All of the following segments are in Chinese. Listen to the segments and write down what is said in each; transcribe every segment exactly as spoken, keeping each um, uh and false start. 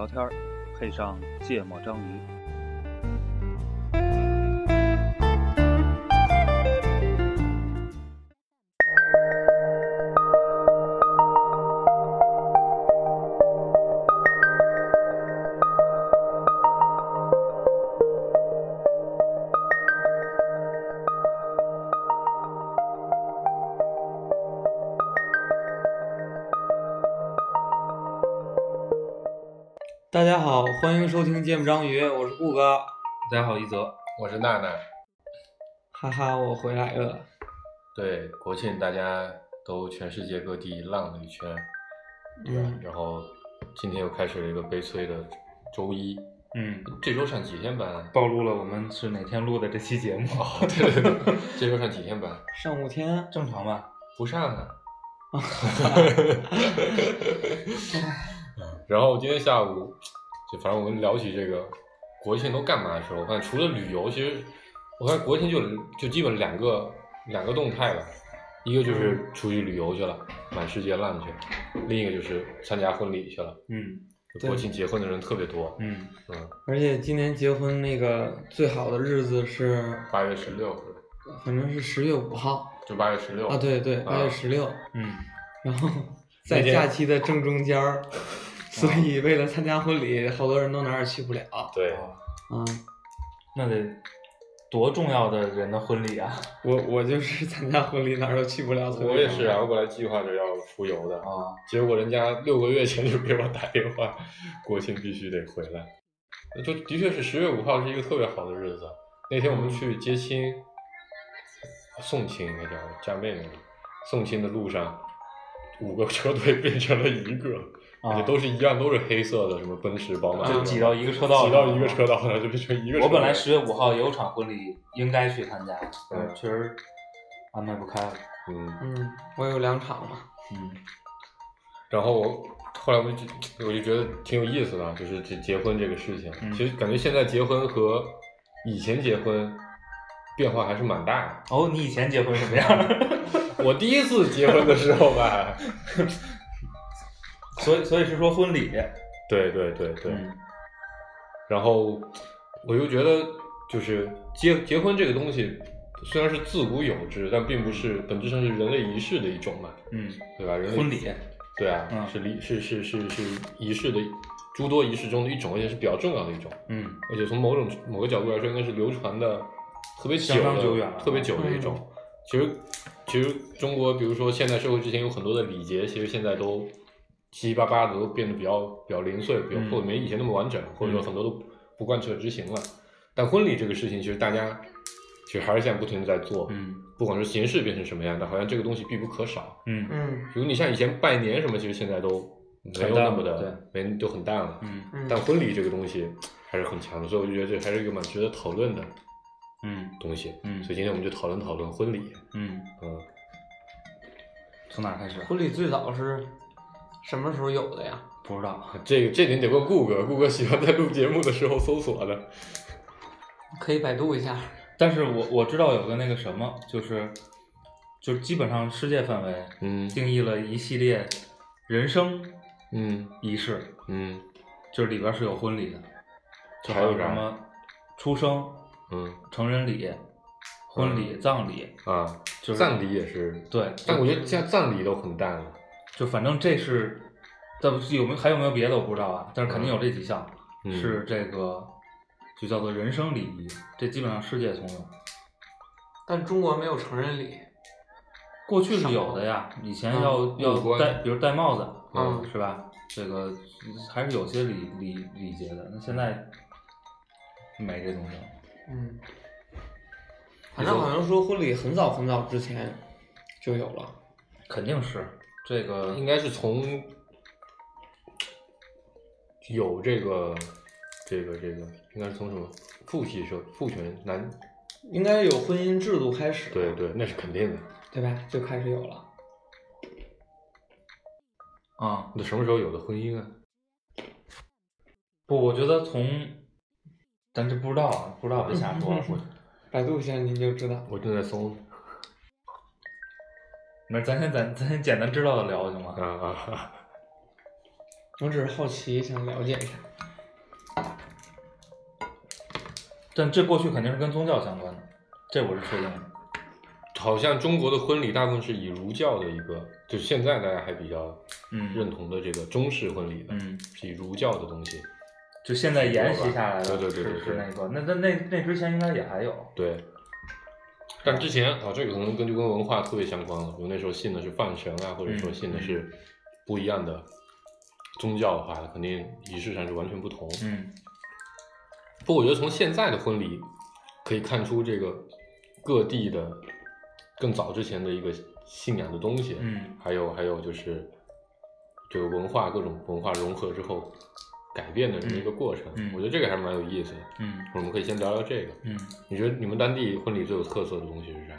聊天，配上芥末章鱼。 大家好，欢迎收听芥末章鱼，我是顾哥。 大家好，一泽， 我是娜娜。 哈哈，我回来了。 对，国庆大家都全世界各地浪了一圈，对吧？ 嗯、 然后今天又开始了一个悲催的周一。 嗯， 这周上几天班？ 暴露了我们是哪天录的这期节目。 哦，对对对，这周上几天班？ 上五天， 正常吧？ 不上啊。然后今天下午，就反正我们聊起这个国庆都干嘛的时候，我发现除了旅游，其实我看国庆就就基本两个两个动态吧，一个就是出去旅游去了，满世界浪去了，另一个就是参加婚礼去了。 嗯， 国庆结婚的人特别多。 嗯嗯， 而且今年结婚那个最好的日子是八月十六， 反正是十月五号， 就八月十六啊，对对，八月十六。 嗯， 然后在假期的正中间儿。所以为了参加婚礼，好多人都哪儿也去不了。 对， 嗯， 那得多重要的人的婚礼啊！ 我我就是参加婚礼哪儿都去不了。 我也是啊，我本来计划着要出游的啊， 结果人家六个月前就给我打电话，国庆必须得回来。就的确是十月五号是一个特别好的日子。那天我们去接亲，送亲应该叫嫁妹妹，送亲的路上，五个车队变成了一个。而且都是一样，都是黑色的，什么奔驰、宝马， 就挤到一个车道， 挤到一个车道上，就变成一个车道。 我本来十月五号也有场婚礼，应该去参加， 嗯， 确实安排不开了。 嗯嗯，我有两场嘛。 嗯， 然后我后来我就我就觉得挺有意思的，就是这结婚这个事情， 嗯、 其实感觉现在结婚和以前结婚变化还是蛮大的。 哦，你以前结婚什么样？ 我第一次结婚的时候吧。 所以，所以是说婚礼， 对对对对、 嗯， 然后我又觉得，就是结结婚这个东西，虽然是自古有之，但并不是本质上是人类仪式的一种嘛， 嗯， 对吧？人类婚礼， 对啊， 嗯、 是礼是是是是仪式的诸多仪式中的一种，而且是比较重要的一种， 嗯， 而且从某种某个角度来说，应该是流传的特别久的、 相当久远了特别久的一种。嗯、其实，其实中国，比如说现代社会之前有很多的礼节，其实现在都。七七八八的都变得比较比较零碎，比较或者没以前那么完整，嗯、或者说很多都不贯彻执行了。但婚礼这个事情，其实大家其实还是现在不停的在做， 嗯， 不管是形式变成什么样的，好像这个东西必不可少， 嗯嗯。 比如你像以前拜年什么，其实现在都没有那么的，没都很淡了， 嗯嗯。 但婚礼这个东西还是很强的，所以我就觉得这还是一个蛮值得讨论的， 嗯， 东西， 嗯。 所以今天我们就讨论讨论婚礼， 嗯嗯。 从哪开始？ 婚礼最早是。什么时候有的呀？ 不知道， 这个这点得问顾哥，顾哥喜欢在录节目的时候搜索的， 可以百度一下。 但是我我知道有个那个什么，就是就是基本上世界范围， 嗯， 定义了一系列人生， 嗯， 仪式， 嗯， 就是里边是有婚礼的，就还有什么出生， 嗯， 成人礼、婚礼、 嗯、 葬礼啊， 就是葬礼也是对， 但我觉得现在葬礼都很淡了。 就反正这是，但有没有还有没有别的我不知道啊，但是肯定有这几项、 嗯、 是这个就叫做人生礼仪，这基本上世界通用。 但中国没有成人礼， 过去是有的呀，以前要、嗯、要戴，比如戴帽子， 嗯， 是吧？这个还是有些礼礼礼节的，那现在没这东西了。 嗯，反正好像说婚礼很早很早之前就有了。 肯定是这个， 应该是从有这个这个这个，应该是从什么父系社父权男， 应该有婚姻制度开始。 对对，那是肯定的， 对吧？就开始有了。 啊、嗯， 那什么时候有的婚姻啊？ 不，我觉得从，咱这不知道啊，不知道别瞎说。我百度一下您就知道。 我正在搜。 没，咱先咱咱先简单知道的聊行吗？ 啊啊！ 我只是好奇，想了解一下。 但这过去肯定是跟宗教相关的，这我是确定的。 好像中国的婚礼大部分是以儒教的一个，就是现在大家还比较认同的这个中式婚礼的， 嗯， 是以儒教的东西。 就现在沿袭下来的， 对对对对对， 是是那个，那那那那之前应该也还有。 对。但之前啊，这个可能跟就跟文化特别相关了，有那时候信的是泛神啊，或者说信的是不一样的宗教的话，肯定仪式上是完全不同。 嗯。 不过我觉得从现在的婚礼可以看出这个各地的更早之前的一个信仰的东西， 嗯， 还有还有就是这个文化各种文化融合之后改变的这么一个过程， 嗯， 我觉得这个还蛮有意思的。 嗯， 我们可以先聊聊这个。 嗯， 你觉得你们当地婚礼最有特色的东西是啥？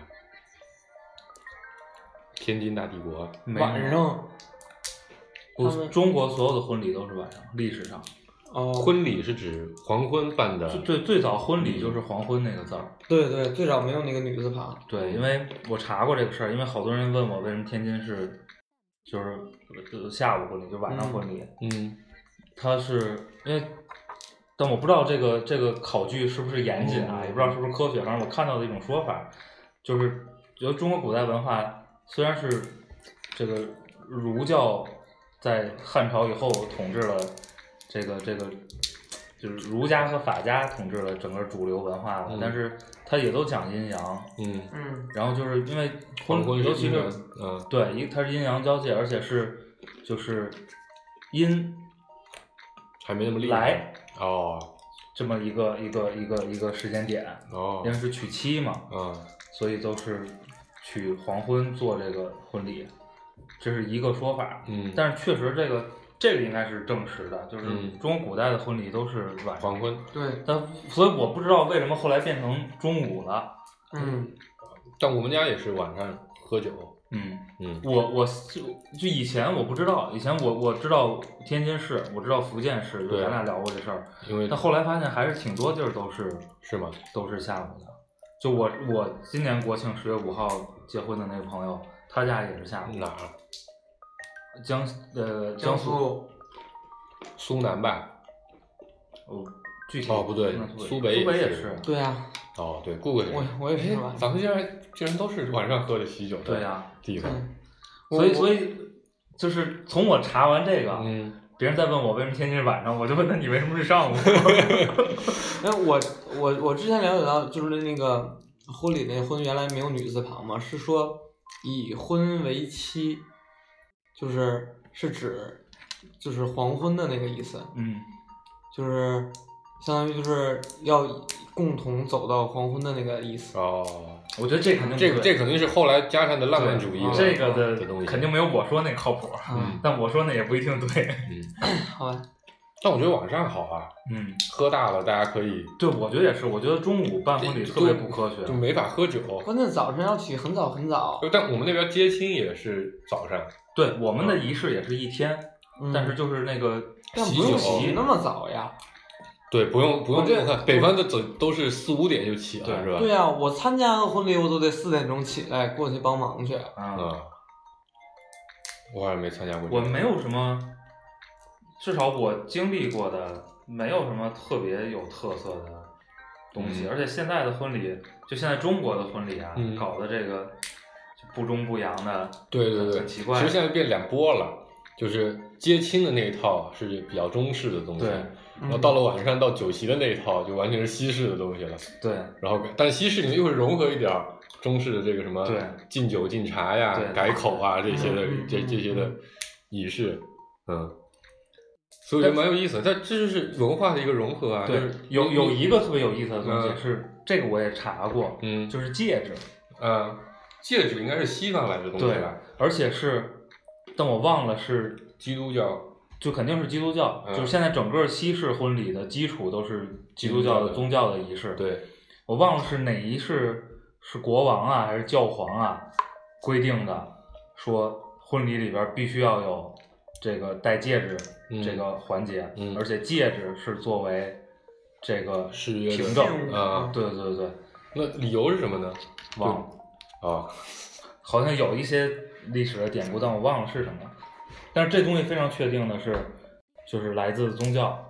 天津大帝国晚上， 不，中国所有的婚礼都是晚上，历史上。 哦， 婚礼是指黄昏办的。 最最早婚礼就是黄昏那个字儿。 对对，最早没有那个女字旁。 对，因为我查过这个事儿，因为好多人问我为什么天津是就是下午婚礼，就晚上婚礼。 嗯。 它是因为，但我不知道这个这个考据是不是严谨啊，也不知道是不是科学。反正我看到的一种说法，就是觉得中国古代文化虽然是这个儒教在汉朝以后统治了这个这个，就是儒家和法家统治了整个主流文化了， 嗯、 但是它也都讲阴阳。 嗯嗯。 然后就是因为婚，尤其是嗯，对，一它是阴阳交界，而且是就是阴。 还没那么厉害来哦， 这么一个一个一个一个时间点哦， 因为是娶妻嘛， 嗯， 所以都是娶黄昏做这个婚礼，这是一个说法。 嗯， 但是确实这个这个应该是证实的，就是中国古代的婚礼都是晚上黄昏。 对， 但所以我不知道为什么后来变成中午了。 嗯， 但我们家也是晚上喝酒。 嗯嗯， 我我就就以前我不知道，以前我我知道天津市，我知道福建市，就咱俩聊过这事儿。 因为但后来发现还是挺多地儿都是是吗？ 都是下午的。就我我今年国庆十月五号结婚的那个朋友，他家也是下午。 哪儿？ 江呃江苏苏南吧？ 哦，具体哦不对，苏北苏北也是。 对啊。 哦，对，顾客我我也是吧。咱们竟然竟然都是晚上喝的喜酒对呀地方， 所以所以就是从我查完这个， 嗯， 别人再问我为什么天津是晚上，我就问他你为什么是上午？ 因为我我我之前了解到，就是那个婚礼那婚原来没有女字旁嘛，是说以婚为期，就是是指就是黄昏的那个意思， 嗯， 就是相当于就是要共同走到黄昏的那个意思。 哦， 我觉得这肯定这个这肯定是后来加上的浪漫主义的这个的东西， 肯定没有我说那靠谱。 嗯， 但我说那也不一定对。 嗯，好吧。 但我觉得晚上好啊， 嗯， 喝大了大家可以。 对，我觉得也是。我觉得中午办婚礼特别不科学， 就没法喝酒。 关键早上要起很早很早。 但我们那边接亲也是早上。 对，我们的仪式也是一天， 嗯、 但是就是那个喜酒洗那么早呀。 对，不用不用这么看，北方的走都是四五点就起了，是吧？ 对呀、啊，我参加个婚礼，我都得四点钟起来过去帮忙去。 啊、 嗯，我好像没参加过、这个。 我没有什么，至少我经历过的，没有什么特别有特色的东西。 嗯、 而且现在的婚礼，就现在中国的婚礼啊， 嗯、 搞的这个不中不洋的， 对对对， 很奇怪。 其实现在变两波了。就是接亲的那一套是比较中式的东西， 对， 然后到了晚上到酒席的那一套就完全是西式的东西了， 对。 然后但西式里面又会融合一点中式的这个什么敬酒敬茶呀、改口啊这些的这这些的仪式，嗯，所以我觉得蛮有意思的。但这就是文化的一个融合啊。 对， 就是、 有有一个特别有意思的东西、 嗯、 是这个我也查过， 嗯， 就是戒指， 嗯，戒指应该是西方来的东西吧？ 对，而且是。但我忘了是基督教， 就肯定是基督教、 嗯， 就是现在整个西式婚礼的基础都是基督教的宗教的仪式。 对， 我忘了是哪一世是国王啊还是教皇啊规定的，说婚礼里边必须要有这个戴戒指这个环节， 嗯、 而且戒指是作为这个凭证啊，对对对对。 那理由是什么呢？ 忘了啊， 好像有一些。历史的典故，但我忘了是什么。但是这东西非常确定的是，就是来自宗教。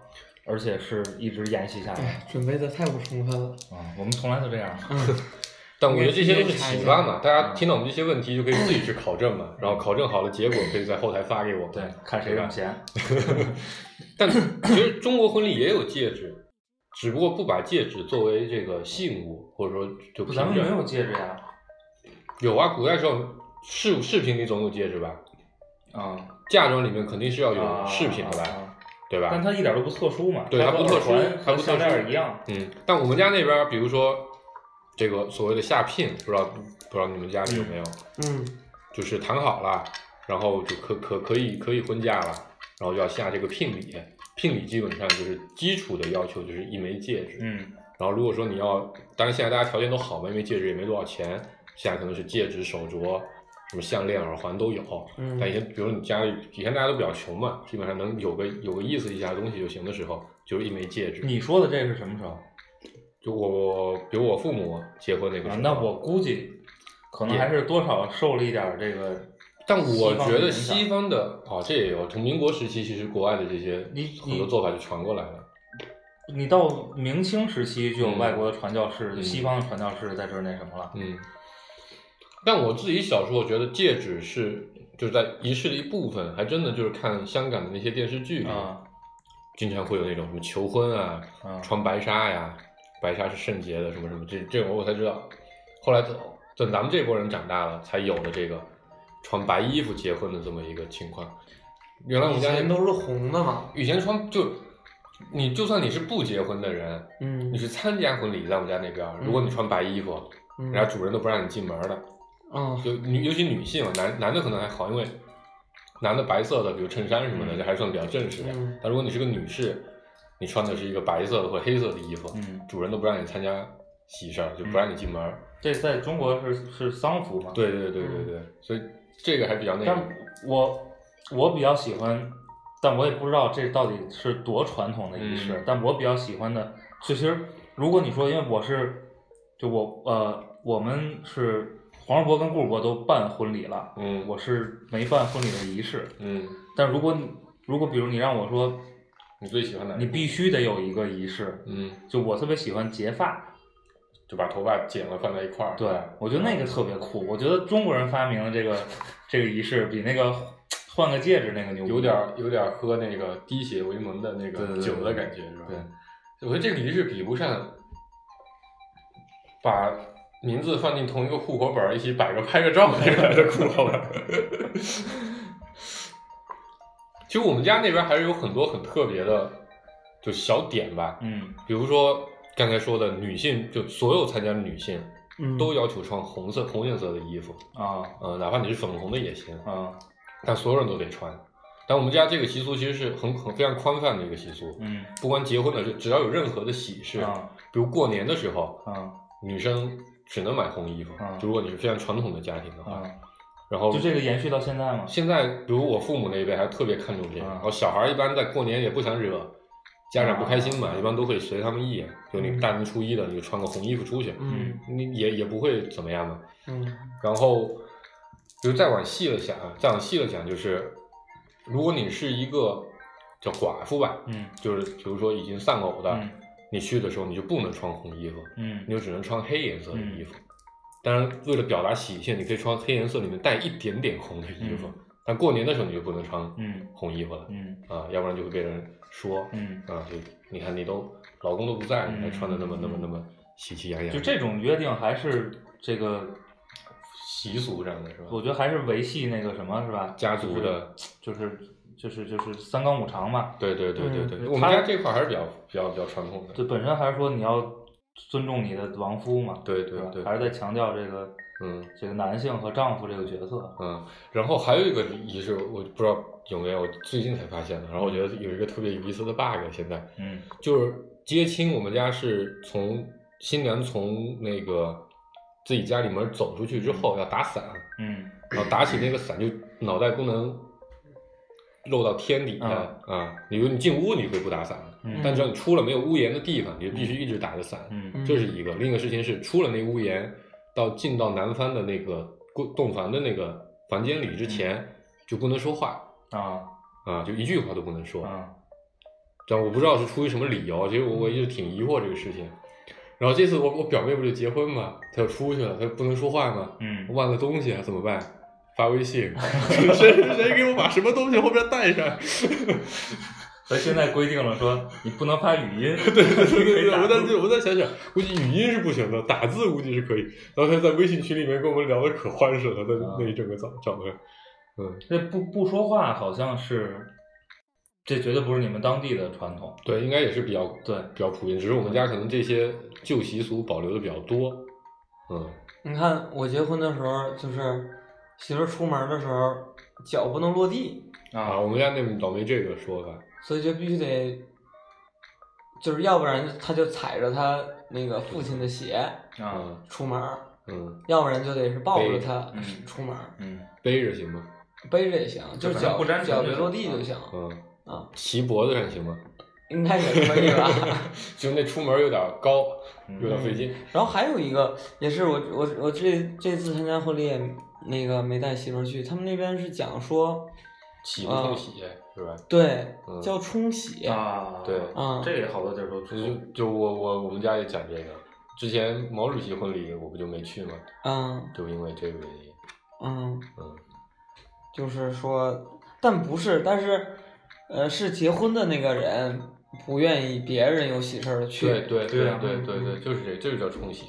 而且是一直沿袭下来。 哎，准备的太不充分了。 啊、嗯，我们从来都这样。 嗯。 但我觉得这些都是启发嘛，大家听到我们这些问题就可以自己去考证嘛，然后考证好的结果可以在后台发给我们。 对，看谁更闲。 但其实中国婚礼也有戒指，只不过不把戒指作为这个信物，或者说就咱们没有戒指呀。 有啊，古代时候饰饰品里总有戒指吧？ 啊、嗯， 嫁妆里面肯定是要有饰品的吧？ 啊啊对吧？ 但它一点都不特殊嘛。 对，它不特殊，它不项链一样。 嗯，但我们家那边，比如说这个所谓的下聘，不知道不知道你们家里有没有？ 嗯， 就是谈好了，然后就可可可以可以婚嫁了，然后就要下这个聘礼。聘礼基本上就是基础的要求，就是一枚戒指。 嗯， 然后如果说你要，当然现在大家条件都好嘛，因为戒指也没多少钱，现在可能是戒指、手镯、什么项链、耳环都有。 嗯， 但以前，比如你家里以前大家都比较穷嘛，基本上能有个有个意思一下东西就行的时候，就是一枚戒指。 你说的这是什么时候？ 就我，比如我父母结婚那个时候， 啊、那我估计可能还是多少受了一点这个。 但我觉得西方的哦，这也有从民国时期，其实国外的这些很多做法就传过来了。 你到明清时期就有外国的传教士， 嗯、 就西方的传教士在这儿那什么了。 嗯。但我自己小时候觉得戒指是就是在仪式的一部分，还真的就是看香港的那些电视剧里， 啊、 经常会有那种什么求婚啊， 啊穿白纱呀，白纱是圣洁的，什么什么，这这种我才知道。后来等咱们这波人长大了，才有的这个穿白衣服结婚的这么一个情况。原来我们家以前都是红的嘛， 以前穿就你就算你是不结婚的人， 嗯， 你是参加婚礼，在我们家那边，如果你穿白衣服， 嗯、 人家主人都不让你进门的。 嗯， 就女尤其女性嘛，男男的可能还好，因为男的白色的，比如衬衫什么的，这、嗯、还算比较正式的。 嗯、 但如果你是个女士，你穿的是一个白色的或者黑色的衣服， 嗯， 主人都不让你参加喜事儿，就不让你进门。 嗯、这在中国是是丧服嘛？ 对对对对对，嗯、所以这个还比较那个。 但我我比较喜欢，但我也不知道这到底是多传统的仪式。嗯、但我比较喜欢的，其实如果你说，因为我是就我呃，我们是。黄世博跟顾世博都办婚礼了， 嗯， 我是没办婚礼的仪式， 嗯， 但如果如果比如你让我说， 你最喜欢哪？ 你必须得有一个仪式， 嗯， 就我特别喜欢结发， 就把头发剪了放在一块儿， 对，我觉得那个特别酷，我觉得中国人发明的这个这个仪式比那个换个戒指那个牛逼， 有点有点喝那个滴血为盟的那个酒的感觉，是吧？ 对， 我觉得这个仪式比不上把名字放进同一个户口本一起摆个拍个照那个来的酷，好吧？其实我们家那边还是有很多很特别的，就小点吧。 嗯， 比如说刚才说的女性，就所有参加的女性， 嗯， 都要求穿红色、红颜色的衣服啊， 呃，哪怕你是粉红的也行啊， 但所有人都得穿。但我们家这个习俗其实是很很非常宽泛的一个习俗。 嗯， 不管结婚了，就只要有任何的喜事， 啊， 比如过年的时候， 啊， 女生只能买红衣服， 啊， 就如果你是非常传统的家庭的话， 啊， 然后就这个延续到现在吗？ 现在，比如我父母那一辈还特别看重这个， 啊、 然后小孩一般在过年也不想惹家长不开心嘛， 啊、 一般都会随他们意。就你大年初一的，你就穿个红衣服出去， 嗯， 你也也不会怎么样嘛。 嗯， 然后，比如再往细了想，再往细了讲，就是如果你是一个叫寡妇吧， 嗯， 就是比如说已经丧偶的。 嗯， 你去的时候你就不能穿红衣服， 嗯， 你就只能穿黑颜色的衣服。 嗯、 当然，为了表达喜庆，你可以穿黑颜色里面带一点点红的衣服。 嗯、 但过年的时候你就不能穿嗯红衣服了， 嗯啊，要不然就会被人说， 嗯啊，就你看你都老公都不在， 嗯、 你还穿的那么那么那么喜气洋洋。 就这种约定还是这个习俗上的是吧？ 我觉得还是维系那个什么是吧？ 家族的， 就是就是就是三纲五常嘛。 对对对对对， 嗯、 我们家这块还是比较比较比较传统的。 对，本身还是说你要尊重你的亡夫嘛。 对对 对, 对， 还是在强调这个嗯这个男性和丈夫这个角色。 嗯，然后还有一个仪式，我不知道有没有，我最近才发现的。然后我觉得有一个特别有意思的 bug， 现在， 嗯， 就是接亲，我们家是从新娘从那个自己家里门走出去之后要打伞， 嗯， 然后打起那个伞就脑袋不能露到天底下啊、 嗯啊，比如你进屋你可以不打伞， 嗯， 但只要你出了没有屋檐的地方，你就必须一直打着伞， 嗯， 这是一个。另一个事情是出了那屋檐，到进到男方的那个洞房的那个房间里之前， 嗯、 就不能说话啊啊，就一句话都不能说。 啊， 但我不知道是出于什么理由，其实我我一直挺疑惑这个事情。然后这次我我表妹不就结婚嘛，她要出去了，她不能说话嘛， 嗯， 忘了东西啊怎么办？发微信，谁谁谁给我把什么东西后边带上？ 所以现在规定了说你不能发语音。 对对对对对，我再我再想想，估计语音是不行的，打字估计是可以。然后他在微信群里面跟我们聊的可欢实了，在那一整个早早上，嗯， 这不不说话好像是，这绝对不是你们当地的传统。 对，应该也是比较对比较普遍，只是我们家可能这些旧习俗保留的比较多，嗯。 你看我结婚的时候，就是媳妇出门的时候脚不能落地啊，我们家那倒没这个说法， 所以就必须得，就是要不然他就踩着他那个父亲的鞋啊出门， 嗯， 要不然就得是抱着他出门， 嗯， 背着行吗？ 背着也行，就是脚不沾脚别落地就行， 嗯啊， 骑脖子上行吗？ 应该也可以吧， 就那出门有点高，有点费劲。 嗯、然后还有一个也是我我我这这次参加婚礼也那个没带媳妇去，他们那边是讲说洗不冲洗、呃、是吧？ 对， 嗯、 叫冲洗啊， 对， 啊、 嗯，这个好多地儿都就就我我我们家也讲这个，之前毛主席婚礼我不就没去吗？ 嗯， 就因为这个原因。 嗯嗯， 就是说，但不是，但是呃，是结婚的那个人。不愿意别人有喜事儿去， 对对对对对对对，就是这，这就叫冲洗。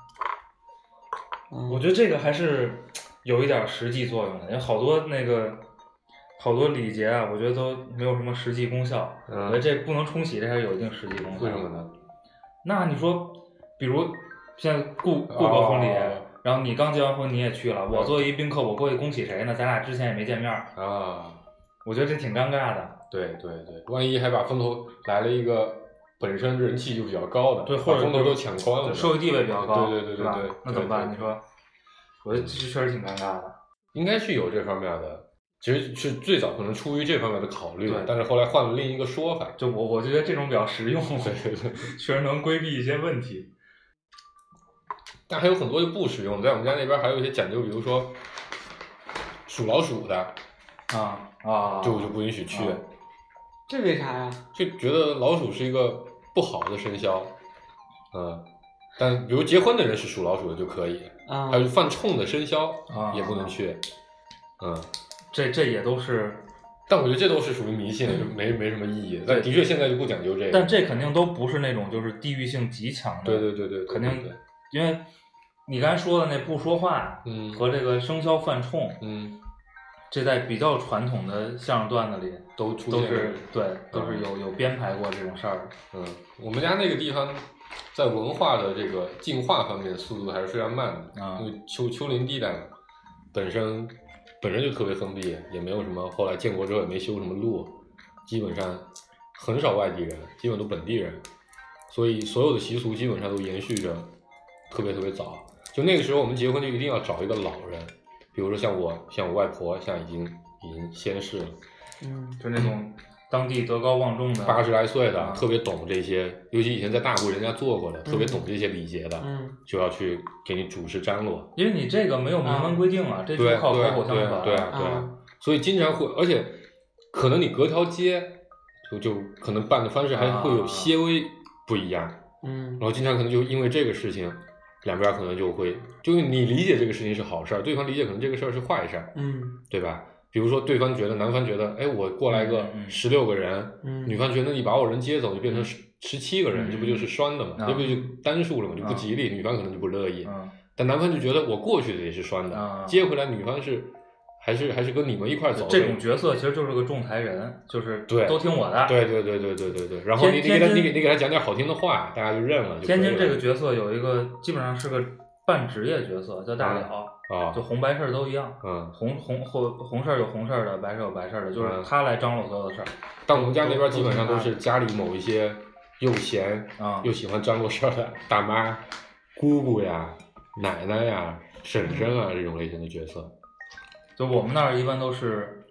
嗯， 我觉得这个还是有一点实际作用的，因为好多那个好多礼节啊，我觉得都没有什么实际功效。 嗯， 我觉得这不能冲洗，这还是有一定实际功效。 为什么呢？ 那你说，比如现在顾顾哥婚礼，哦、然后你刚结完婚你也去了，我作为一宾客，我过去恭喜谁呢？咱俩之前也没见面啊， 我觉得这挺尴尬的。 对对对，万一还把风头来了一个本身人气就比较高的， 对，或者风头都抢光了， 社会地位比较高， 对对对对对， 那怎么办？你说，我觉得这确实挺尴尬的。 应该是有这方面的，其实是最早可能出于这方面的考虑，但是后来换了另一个说法。 就我我觉得这种比较实用， 对对对， 确实能规避一些问题。 但还有很多就不实用，在我们家那边还有一些讲究，比如说属老鼠的啊啊， 就就不允许去。 啊这为啥呀？ 就觉得老鼠是一个不好的生肖，嗯，但比如结婚的人是属老鼠的就可以， 啊， 还有犯冲的生肖啊也不能去，嗯， 这这也都是， 但我觉得这都是属于迷信，就没没什么意义。但的确现在就不讲究这个， 但这肯定都不是那种就是地域性极强的， 对对对对， 肯定，因为你刚才说的那不说话， 嗯， 和这个生肖犯冲， 嗯。 这在比较传统的相声段子里都出现，都是对， 嗯、 都是有有编排过这种事儿。 嗯，我们家那个地方在文化的这个进化方面速度还是非常慢的， 嗯、 因为丘丘陵地带嘛，本身本身就特别封闭，也没有什么，后来建国之后也没修什么路，基本上很少外地人，基本都本地人，所以所有的习俗基本上都延续着特别特别早。就那个时候我们结婚就一定要找一个老人。比如说像我，像我外婆，像已经已经仙逝了， 嗯， 就那种当地德高望重的， 八十来岁的， 啊、 特别懂这些，尤其以前在大户人家做过的，嗯、特别懂这些礼节的， 嗯， 就要去给你主持张罗。 因为你这个没有明文规定啊， 啊这就靠口口相传， 对啊对啊，所以经常会，而且可能你隔条街，就就可能办的方式还会有些微不一样， 嗯， 然后经常可能就因为这个事情。两边可能就会，就是你理解这个事情是好事儿，对方理解可能这个事儿是坏事儿， 嗯， 对吧？比如说对方觉得男方觉得，哎，我过来个十六个人， 嗯， 女方觉得你把我人接走就变成十十七个人，这不就是双的嘛？这不就单数了嘛？就不吉利，女方可能就不乐意。但男方就觉得我过去的也是双的，接回来女方是还是还是跟你们一块走。 这种角色其实就是个仲裁人，就是对， 都听我的。 对对对对对对对。然后你你给他你给你给他讲点好听的话，大家就认了。 天津这个角色有一个基本上是个半职业角色，叫大了， 啊， 就红白事儿都一样。 嗯， 红红红红事儿有红事儿的，白事儿有白事儿的，就是他来张罗所有的事儿。 但我们家那边基本上都是家里某一些又闲啊又喜欢张罗事儿的大妈、姑姑呀、奶奶呀、婶婶啊这种类型的角色。 就我们那儿一般都是，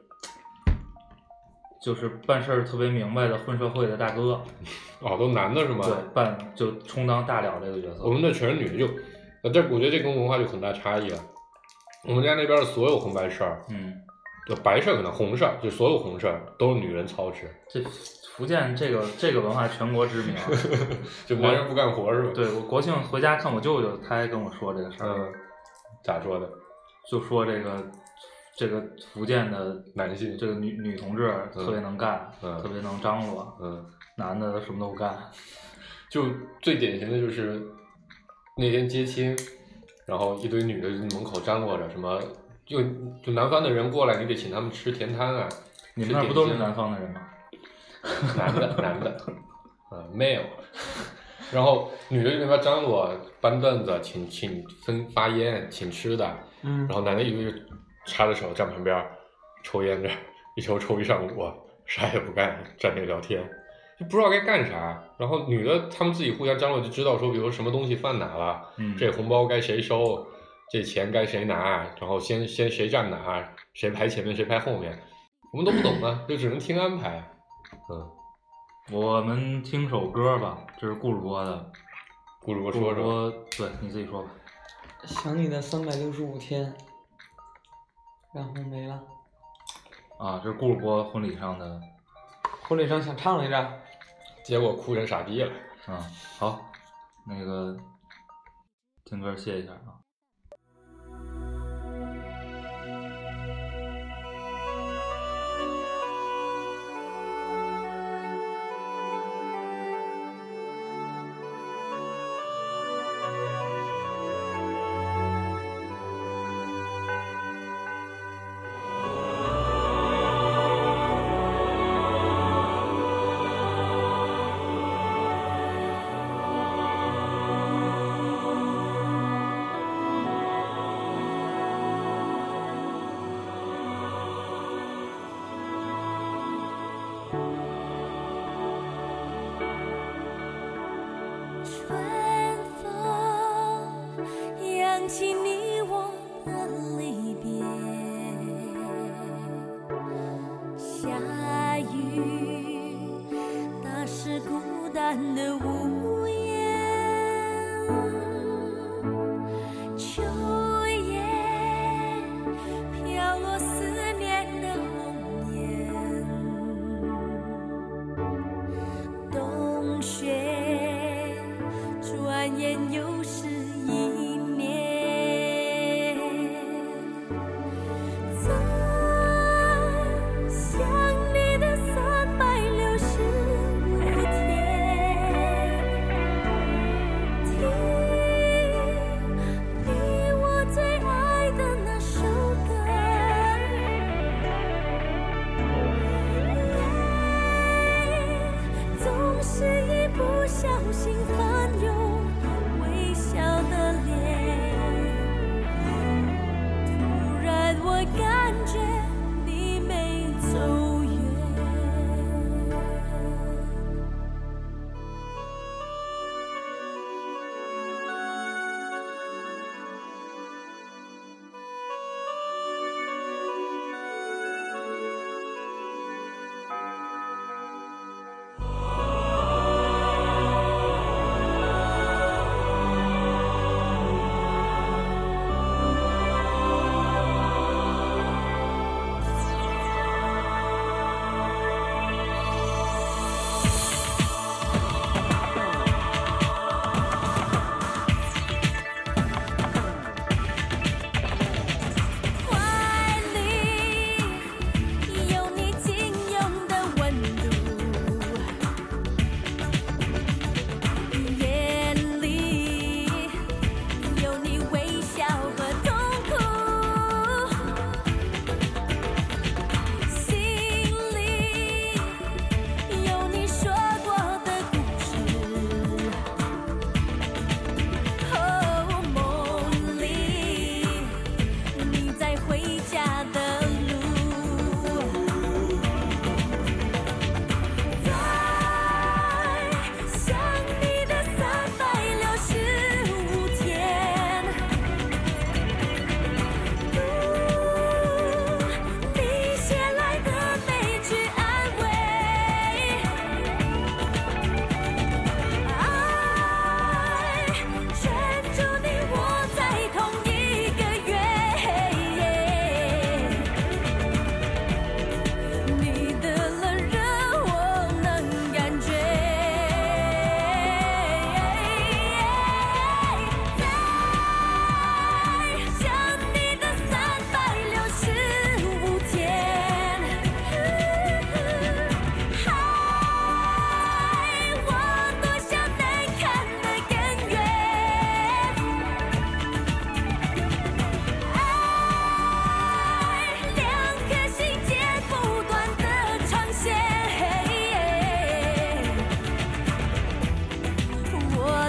就是办事儿特别明白的混社会的大哥。 哦，都男的是吗？ 对，办就充当大了这个角色。 我们那全是女的，就呃，这我觉得这跟文化就很大差异了。我们家那边的所有红白事儿， 嗯， 就白事儿可能红事儿，就所有红事儿都是女人操持。 这福建这个这个文化全国知名， 就男人不干活是吧？ 对，我国庆回家看我舅舅，他还跟我说这个事儿。 嗯，咋说的？ 就说这个这个福建的男性， 这个女女同志特别能干， 嗯、 特别能张罗， 嗯， 男的什么都干。 就最典型的就是那天接亲，然后一堆女的门口张罗着什么，就就南方的人过来，你得请他们吃甜摊啊。 你们那不都是南方的人吗？ 男的，男的，呃 ，male。然后女的就那边张罗搬凳子，请请分发烟，请吃的。 嗯。 然后男的一个插着手站旁边抽烟着，一抽抽一上午，啥也不干，站那聊天，就不知道该干啥。然后女的他们自己互相张罗，就知道说，比如什么东西放哪了， 嗯， 这红包该谁收，这钱该谁拿，然后先先谁站哪，谁排前面谁排后面，我们都不懂啊，就只能听安排。嗯， 我们听首歌吧，这是顾主播的。 顾主播说说， 对，你自己说吧。 想你的三百六十五天，然后没了。 啊，这是顾主播婚礼上的。 婚礼上想唱来着， 结果哭成傻逼了。 嗯，好，那个听歌歇一下啊。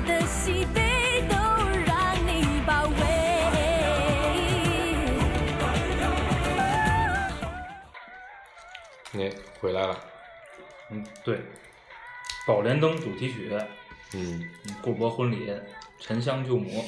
的西北都让你包围。 哎，回来了。 嗯，对，《宝莲灯》主题曲， 嗯， 顾博婚礼，沉香救母。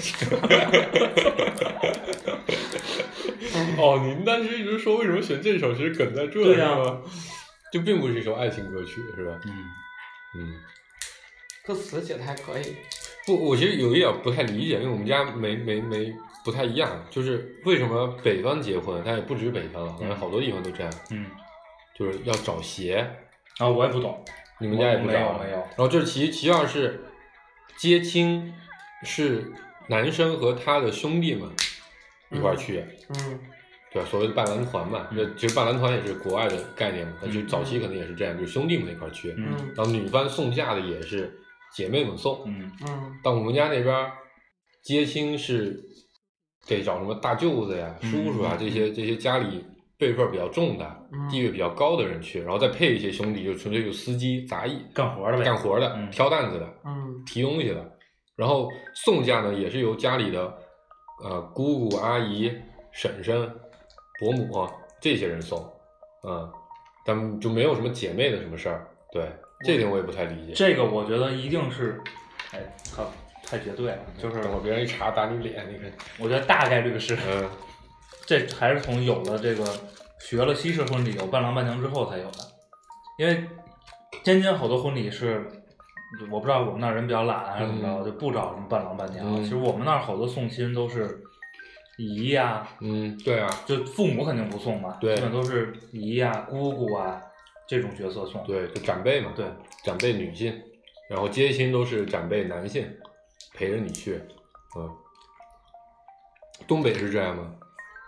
哦，你们当时一直说为什么选这首，其实梗在这， 对呀、 是吗？就并不是一首爱情歌曲，是吧？ 嗯嗯， 歌词写的还可以。 不，我其实有一点不太理解，因为我们家没没没不太一样，就是为什么北方结婚，但也不止北方了，好像好多地方都这样， 嗯， 就是要找鞋。 啊，我也不懂， 你们家也不没找有没有。 然后这是其其二是接亲，是男生和他的兄弟们一块儿去。 嗯对吧？所谓的伴郎团嘛，这、 嗯、 其实伴郎团也是国外的概念嘛，那、嗯、就早期可能也是这样，就是兄弟们一块儿去， 嗯， 然后女方送嫁的也是姐妹们送， 嗯嗯， 但我们家那边接亲是得找什么大舅子呀、 嗯、 叔叔啊、 嗯、 这些这些家里辈分比较重的、 嗯、 地位比较高的人去，然后再配一些兄弟，就纯粹就司机、杂役、 干活的呗， 干活的、 嗯、 挑担子的、 嗯、 提东西的，然后送嫁呢也是由家里的呃姑姑、阿姨、婶婶。伯母这些人送，嗯，但就没有什么姐妹的什么事儿，对，这点我也不太理解。 这个我觉得一定是，哎，操，太绝对了，就是等会儿别人一查打你脸，你看， 我觉得大概率是， 嗯， 这还是从有了这个学了西式婚礼有伴郎伴娘之后才有的，因为天津好多婚礼是，我不知道我们那儿人比较懒还是怎么着， 嗯、 就不找什么伴郎伴娘。 嗯、 其实我们那儿好多送亲都是。姨呀、啊， 嗯，对啊， 就父母肯定不送嘛， 对， 基本都是姨呀、啊、姑姑啊这种角色送， 对，就长辈嘛， 对， 长辈女性，然后接亲都是长辈男性陪着你去，嗯，东北是这样吗？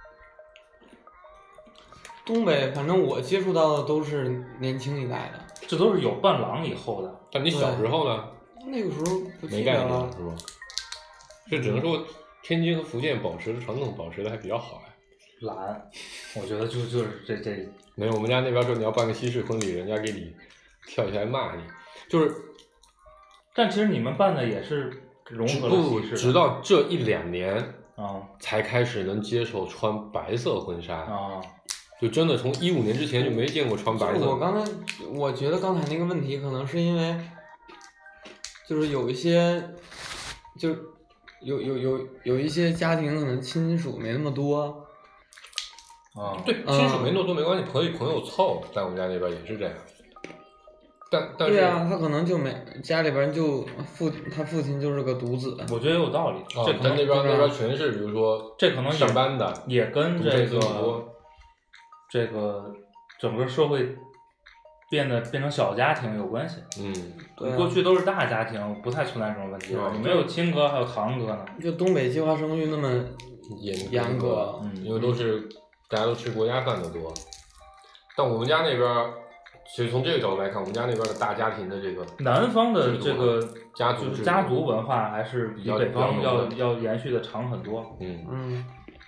东北反正我接触到的都是年轻一代的， 这都是有伴郎以后的。 但你小时候呢？ 那个时候不没概念是吗？这只能说。天津和福建保持的传统保持的还比较好呀。 懒，我觉得就就是这这。 没有，我们家那边说你要办个西式婚礼，人家给你跳起来骂你，就是。 但其实你们办的也是融合了西式的。 直到这一两年啊， 才开始能接受穿白色婚纱啊， 就真的从一五年之前就没见过穿白色。 我刚才我觉得刚才那个问题可能是因为，就是有一些，就。有有有有一些家庭可能亲属没那么多， 啊，对，亲属没那么多没关系，可以朋友凑，在我们家那边也是这样。但但是， 对啊，他可能就没家里边就父他父亲就是个独子， 我觉得有道理。 哦、 这可能那边那边全是，比如说这可能上班的， 也跟这个这个整个社会。变得变成小家庭有关系， 嗯， 对啊、 过去都是大家庭，不太存在这种问题了。你、嗯、没有亲哥，还有堂哥呢。 就东北计划生育那么严严格， 嗯， 因为都是大家都吃国家饭的多。但我们家那边，其实从这个角度来看，我们家那边的大家庭的这个南方的这个家族就是家族文化还是比北方要要延续的长很多。 嗯嗯。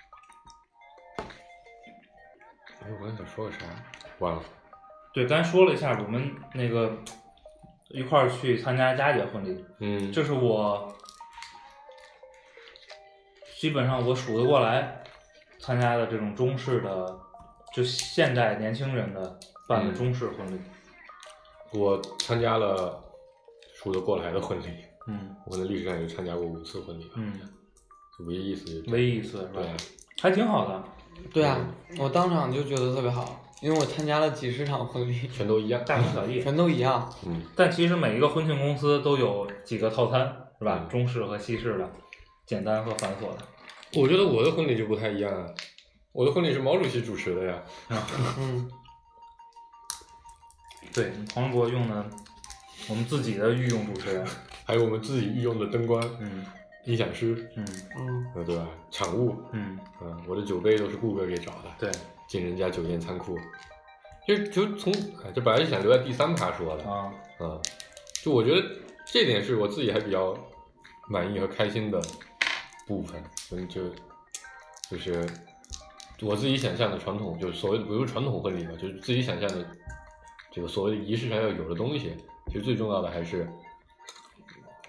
哎，我刚想说个啥？忘了。 对，刚才说了一下，我们那个一块儿去参加佳姐婚礼， 嗯， 这是我基本上我数得过来参加的这种中式的，就现代年轻人的办的中式婚礼。 嗯、我参加了数得过来的婚礼， 嗯， 我可能历史上也就参加过五次婚礼， 嗯， 唯一一次， 唯一一次是吧？ 对， 还挺好的。 对啊，我当场就觉得特别好。因为我参加了几十场婚礼， 全都一样， 大同小异， 全都一样。 嗯， 但其实每一个婚庆公司都有几个套餐，是吧？ 嗯、 中式和西式的，简单和繁琐的。 我觉得我的婚礼就不太一样啊，我的婚礼是毛主席主持的呀。 嗯， 对，黄渤用的我们自己的御用主持人， 还有我们自己御用的灯光， 嗯， 音响师， 嗯嗯，对吧？场务， 嗯嗯，我的酒杯都是顾客给找的， 对。 进人家酒店仓库，就就从这本来是想留在第三趴说的啊， 嗯，就我觉得这点是我自己还比较满意和开心的部分，所以就就是我自己想象的传统，就是所谓的不是传统婚礼吧，就是自己想象的这个所谓的仪式上要有的东西，其实最重要的还是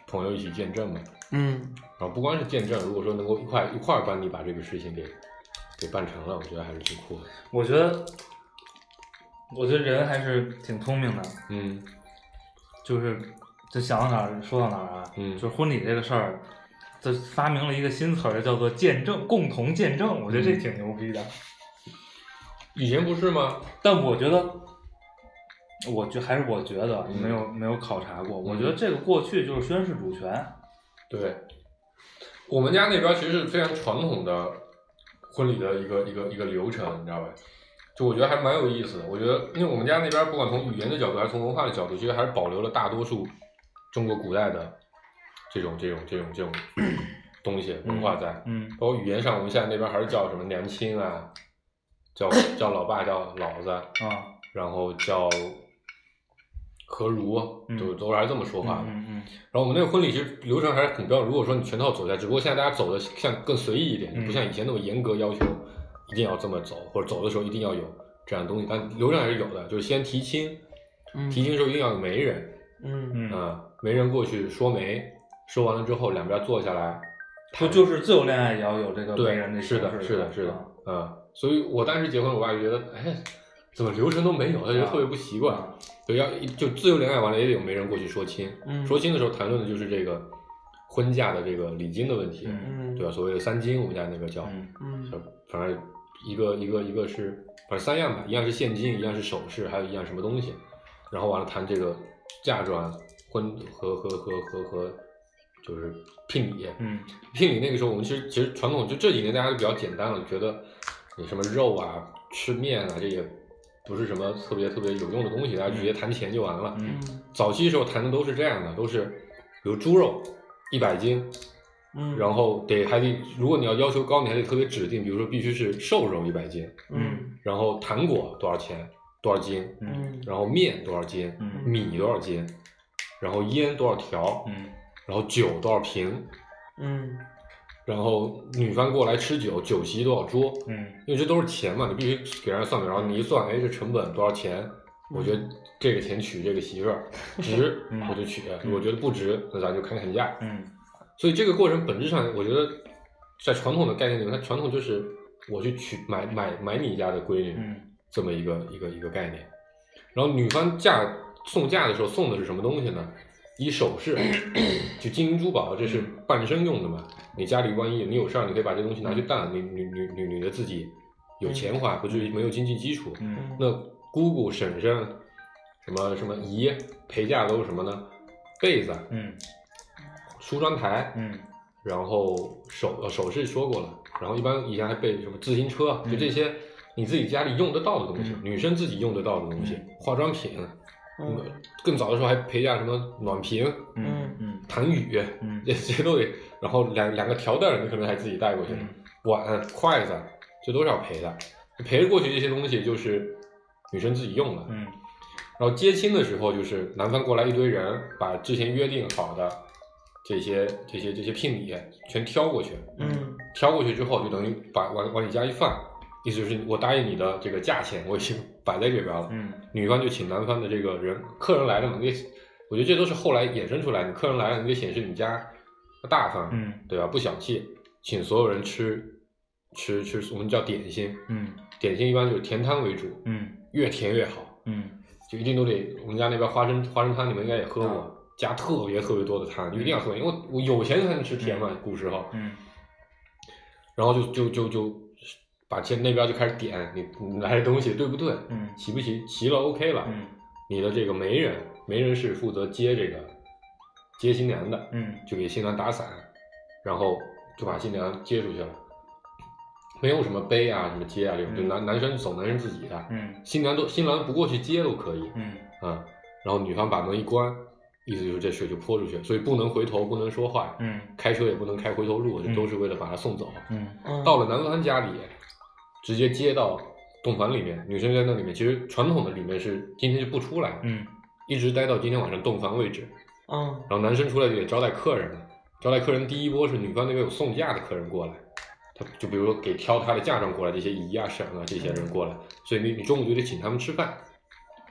朋友一起见证嘛。 嗯， 然后不光是见证，如果说能够一块一块帮你把这个事情给给办成了，我觉得还是挺酷的。 我觉得，我觉得人还是挺聪明的。 嗯， 就是就想到哪儿说到哪儿啊。 嗯， 就是婚礼这个事儿，就发明了一个新词儿，叫做见证，共同见证。我觉得这挺牛逼的。 以前不是吗？ 但我觉得，我觉还是我觉得没有、嗯、没有考察过。我觉得这个过去就是宣誓主权。 对，我们家那边其实是非常传统的婚礼的一个一个一个流程，你知道吧？就我觉得还蛮有意思的。我觉得，因为我们家那边不管从语言的角度还是从文化的角度，其实还是保留了大多数中国古代的这种这种这种这种东西文化在。 嗯， 包括语言上，我们现在那边还是叫什么娘亲啊，叫叫老爸叫老子啊，然后叫何如，都都还是这么说话的。 嗯 嗯, 嗯。 然后我们那个婚礼其实流程还是很标准。如果说你全套走下来，只不过现在大家走的像更随意一点， 嗯、 不像以前那么严格要求一定要这么走，或者走的时候一定要有这样的东西。但流程还是有的，就是先提亲， 嗯、 提亲的时候一定要有媒人， 嗯嗯啊，媒人过去说媒，说完了之后两边坐下来， 就就是自由恋爱也要有这个媒人的形式。是的，是的，是的，嗯。啊，所以我当时结婚，我爸就觉得，哎。怎么流程都没有，他觉得特别不习惯。对、啊，要就自由恋爱完了，也得有媒人过去说亲。 嗯， 说亲的时候谈论的就是这个婚嫁的这个礼金的问题。 嗯， 对吧？所谓的三金，我们家那个叫， 嗯， 反正一个一个一个是，反正三样吧，一样是现金，一样是首饰，还有一样什么东西。然后完了谈这个嫁妆、婚和和和和和就是聘礼。 嗯， 聘礼那个时候我们其实其实传统就这几年大家都比较简单了，觉得你什么肉啊、吃面啊这些。不是什么特别特别有用的东西，大家直接谈钱就完了。 嗯， 早期时候谈的都是这样的，都是比如猪肉一百斤， 嗯， 然后得还得，如果你要要求高，你还得特别指定，比如说必须是瘦肉一百斤， 嗯， 然后糖果多少钱，多少斤， 嗯， 然后面多少斤， 嗯， 米多少斤，然后烟多少条， 嗯， 然后酒多少瓶， 嗯。 然后女方过来吃酒，酒席多少桌？ 嗯， 因为这都是钱嘛，你必须给人家算表，然后你一算，哎，这成本多少钱？ 嗯、 我觉得这个钱娶这个媳妇儿值， 嗯、 我就娶； 嗯、 我觉得不值，那咱就砍砍价。 嗯， 所以这个过程本质上，我觉得在传统的概念里面，它传统就是我去娶买买买你家的闺女， 嗯， 这么一个一个一个概念。然后女方嫁送嫁的时候送的是什么东西呢？一首饰，就金银珠宝，这是半生用的嘛。你家里万一你有事儿，你可以把这东西拿去当，你女女女女的自己有钱花，不至于没有经济基础。 嗯， 那姑姑婶婶，什么什么姨陪嫁都是什么呢？被子， 嗯， 梳妆台， 嗯， 然后首呃首饰说过了，然后一般以前还备什么自行车，就这些你自己家里用得到的东西， 嗯、 女生自己用得到的东西， 嗯、 化妆品。 嗯， 更早的时候还陪嫁什么暖瓶， 嗯嗯， 痰盂， 嗯， 这些都得，然后两两个条带你可能还自己带过去， 嗯、 碗、筷子，这都是要陪的。陪着过去这些东西就是女生自己用了， 嗯， 然后接亲的时候就是男方过来一堆人，把之前约定好的这些这些这些聘礼全挑过去， 嗯， 挑过去之后就等于把往往你家一放。意思就是我答应你的这个价钱我已经摆在这边了， 嗯， 女方就请男方的这个人，客人来了嘛，你我觉得这都是后来衍生出来的，你客人来了，你得显示你家大方， 嗯， 对吧？不小气，请所有人吃吃吃，我们叫点心， 嗯， 点心一般就是甜汤为主， 嗯， 越甜越好， 嗯， 就一定都得，我们家那边花生花生汤你们应该也喝过，嗯、加特别特别多的汤，你一定要喝，因为我有钱才能吃甜嘛，嗯、古时候， 嗯， 然后就就就就。把钱那边就开始点你你来的东西对不对？ 嗯， 齐不齐？齐了 OK 了。 嗯， 你的这个媒人，媒人是负责接这个接新娘的。 嗯， 就给新娘打伞，然后就把新娘接出去了。没有什么背啊、什么接啊这种， 嗯、 就男男生走男生自己的。 嗯， 新娘都新郎不过去接都可以。 嗯啊，然后女方把门一关，意思就是这水就泼出去，所以不能回头，不能说话。 嗯， 开车也不能开回头路，这都是为了把她送走。 嗯， 到了男方家里。直接接到洞房里面，女生在那里面，其实传统的里面是今天就不出来， 嗯， 一直待到今天晚上洞房为止， 嗯， 然后男生出来就得招待客人了，招待客人第一波是女方那边有送嫁的客人过来，他就比如说给挑他的嫁妆过来，这些姨啊婶啊这些人过来，所以你你中午就得请他们吃饭，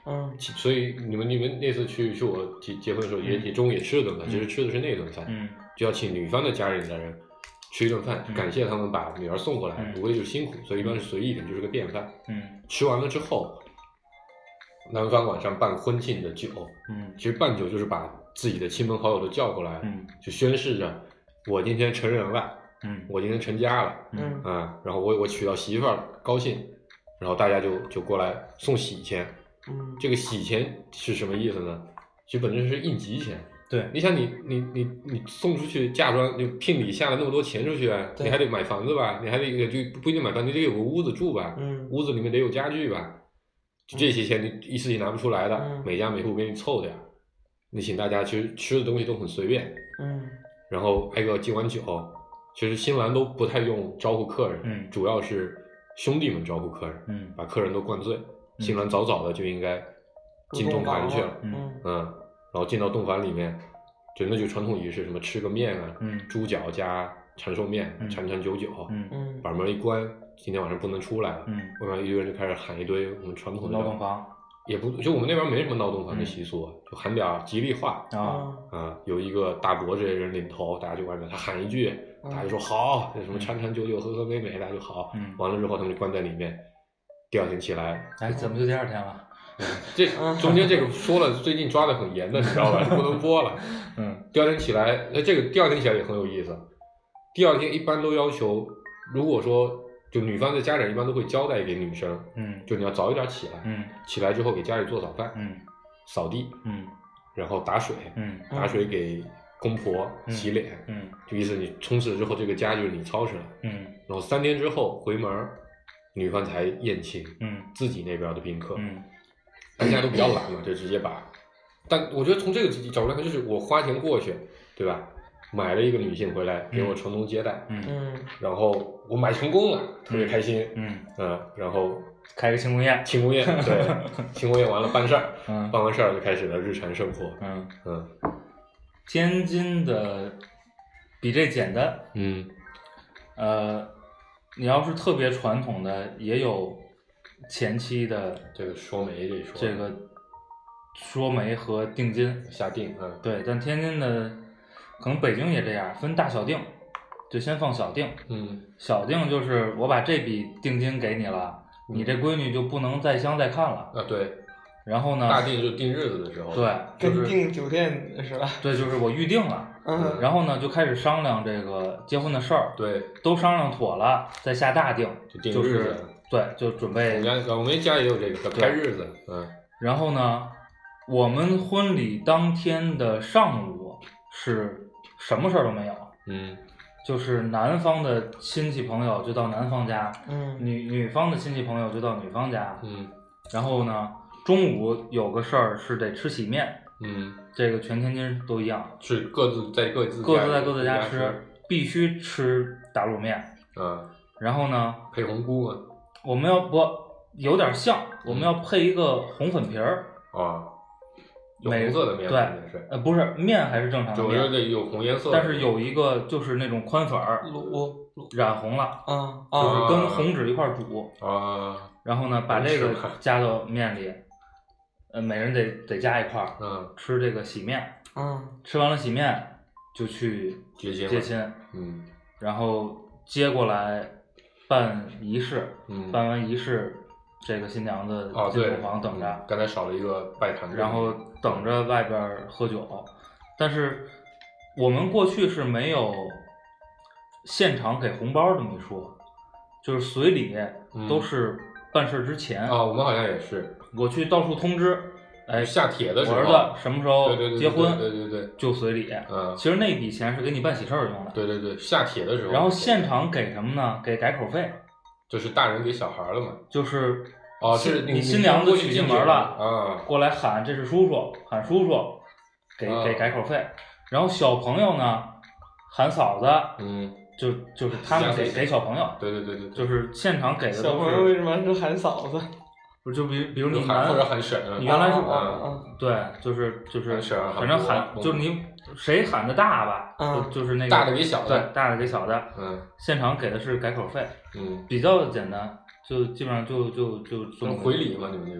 嗯， 所以你们你们那次去去我结结婚的时候也也中午也吃了顿饭，其实吃的是那顿饭， 嗯， 就要请女方的家人的人吃一顿饭， 嗯感谢他们把女儿送过来， 嗯无非就是辛苦，所以一般是随意一点，就是个便饭。 嗯吃完了之后，男方晚上办婚庆的酒， 嗯其实办酒就是把自己的亲朋好友都叫过来， 嗯就宣示着我今天成人了， 嗯我今天成家了， 嗯啊，然后我我娶到媳妇儿了，高兴，然后大家就就过来送喜钱。 嗯， 这个喜钱是什么意思呢？其实本身是应急钱。 对， 你想你你你你送出去嫁妆，就聘礼下了那么多钱出去，你还得买房子吧，你还得就不一定买房子，你得有个屋子住吧， 嗯， 屋子里面得有家具吧，就这些钱你一时也拿不出来的， 嗯、 每家每户给你凑点。你请大家其实吃的东西都很随便， 嗯， 然后挨个敬完酒，其实新郎都不太用招呼客人， 嗯， 主要是兄弟们招呼客人， 嗯， 把客人都灌醉，新郎早早的就应该进洞房去了， 嗯嗯，然后进到洞房里面，就那就传统仪式，什么吃个面啊， 嗯， 猪脚加长寿面， 嗯传传酒酒， 嗯嗯， 把门一关，今天晚上不能出来了， 嗯， 外面一堆人就开始喊一堆我们传统的闹洞房， 也不就我们那边没什么闹洞房的习俗，就喊点吉利话啊啊，有一个大伯这些人领头，大家就外面他喊一句，大家就说好，这什么传传酒酒，和和美美，大家就好， 嗯， 完了之后他们就关在里面，第二天起来， 哎，怎么就第二天了？ 这中间这个说了，最近抓的很严的，你知道吧？不能播了。 嗯， 第二天起来，那这个第二天起来也很有意思。第二天一般都要求，如果说就女方的家长一般都会交代给女生， 嗯， 就你要早一点起来， 嗯， 起来之后给家里做早饭， 嗯， 扫地， 嗯， 然后打水， 嗯， 打水给公婆洗脸， 嗯， 就意思你冲刺了之后，这个家就是你操持了， 嗯， 然后三天之后回门，女方才宴请， 嗯， 自己那边的宾客， 嗯。 大家都比较懒嘛，就直接把。但我觉得从这个角度来看，就是我花钱过去，对吧？买了一个女性回来给我传宗接代， 嗯嗯， 然后我买成功了，特别开心， 嗯嗯，然后开个庆功宴， 庆功宴，对，庆功宴完了办事儿， 嗯， 办完事儿就开始了日常生活， 嗯嗯， 天津的比这简单， 嗯， 呃，你要是特别传统的，也有前期的这个说媒这一说， 这个说媒和定金下定，嗯， 对，但天津的可能北京也这样，分大小定，就先放小定， 嗯， 小定就是我把这笔定金给你了， 嗯你这闺女就不能再相再看了， 啊对， 然后呢， 大定就是定日子的时候， 对，就是跟订酒店是吧？ 对，就是我预定了， 嗯， 然后呢就开始商量这个结婚的事儿， 对， 都商量妥了，再下大定， 就定就是日子， 对，就准备我们家我们家也有这个叫开日子，嗯， 然后呢，我们婚礼当天的上午是什么事儿都没有， 嗯， 就是男方的亲戚朋友就到男方家， 嗯， 女女方的亲戚朋友就到女方家， 嗯， 然后呢，中午有个事儿是得吃喜面， 嗯， 这个全天津都一样， 是各自在各自各自在各自家家吃，必须吃打卤面， 嗯， 然后呢， 配红菇嘛， 我们要不有点像，我们要配一个红粉皮儿。 啊，有每红色的面对肯定是， 呃，不是面还是正常的就我觉得面， 得有红颜色的， 但是有一个就是那种宽粉儿卤染红了， 啊就是啊， 跟红纸一块儿煮， 啊， 然后呢把这个能吃吗加到面里，呃，每人得得加一块儿嗯， 吃这个喜面， 嗯吃完了喜面就去接亲了接亲， 嗯然后接过来办仪式， 嗯， 办完仪式，这个新娘子哦对， 进洞房等着嗯，刚才少了一个拜堂， 然后等着外边儿喝酒，但是我们过去是没有现场给红包这么一说，就是随礼都是办事之前， 啊，我们好像也是， 我去到处通知，哎， 下帖的时候， 我儿子什么时候对对对结婚， 对对对对， 就随礼， 嗯， 其实那笔钱是给你办喜事儿用的， 对对对，下帖的时候， 然后现场给什么呢？给改口费， 就是大人给小孩了嘛， 就是哦， 新是你新娘子娶进门了， 啊， 过来喊这是叔叔，喊叔叔，给啊给改口费。然后小朋友呢，喊嫂子， 嗯， 就就是他们给给小朋友， 对对对对， 就是现场给的都小朋友为是， 什么是喊嫂子？ 不是就比如比如你男喊或者喊婶， 你原来是啊啊啊对，就是就是喊婶儿反正喊伯喊就是你谁喊的大吧， 嗯就就是那个大的给小的对，大的给小的， 嗯现场给的是改口费， 嗯， 比较简单，就基本上就就就这么能回礼吗？你们那边？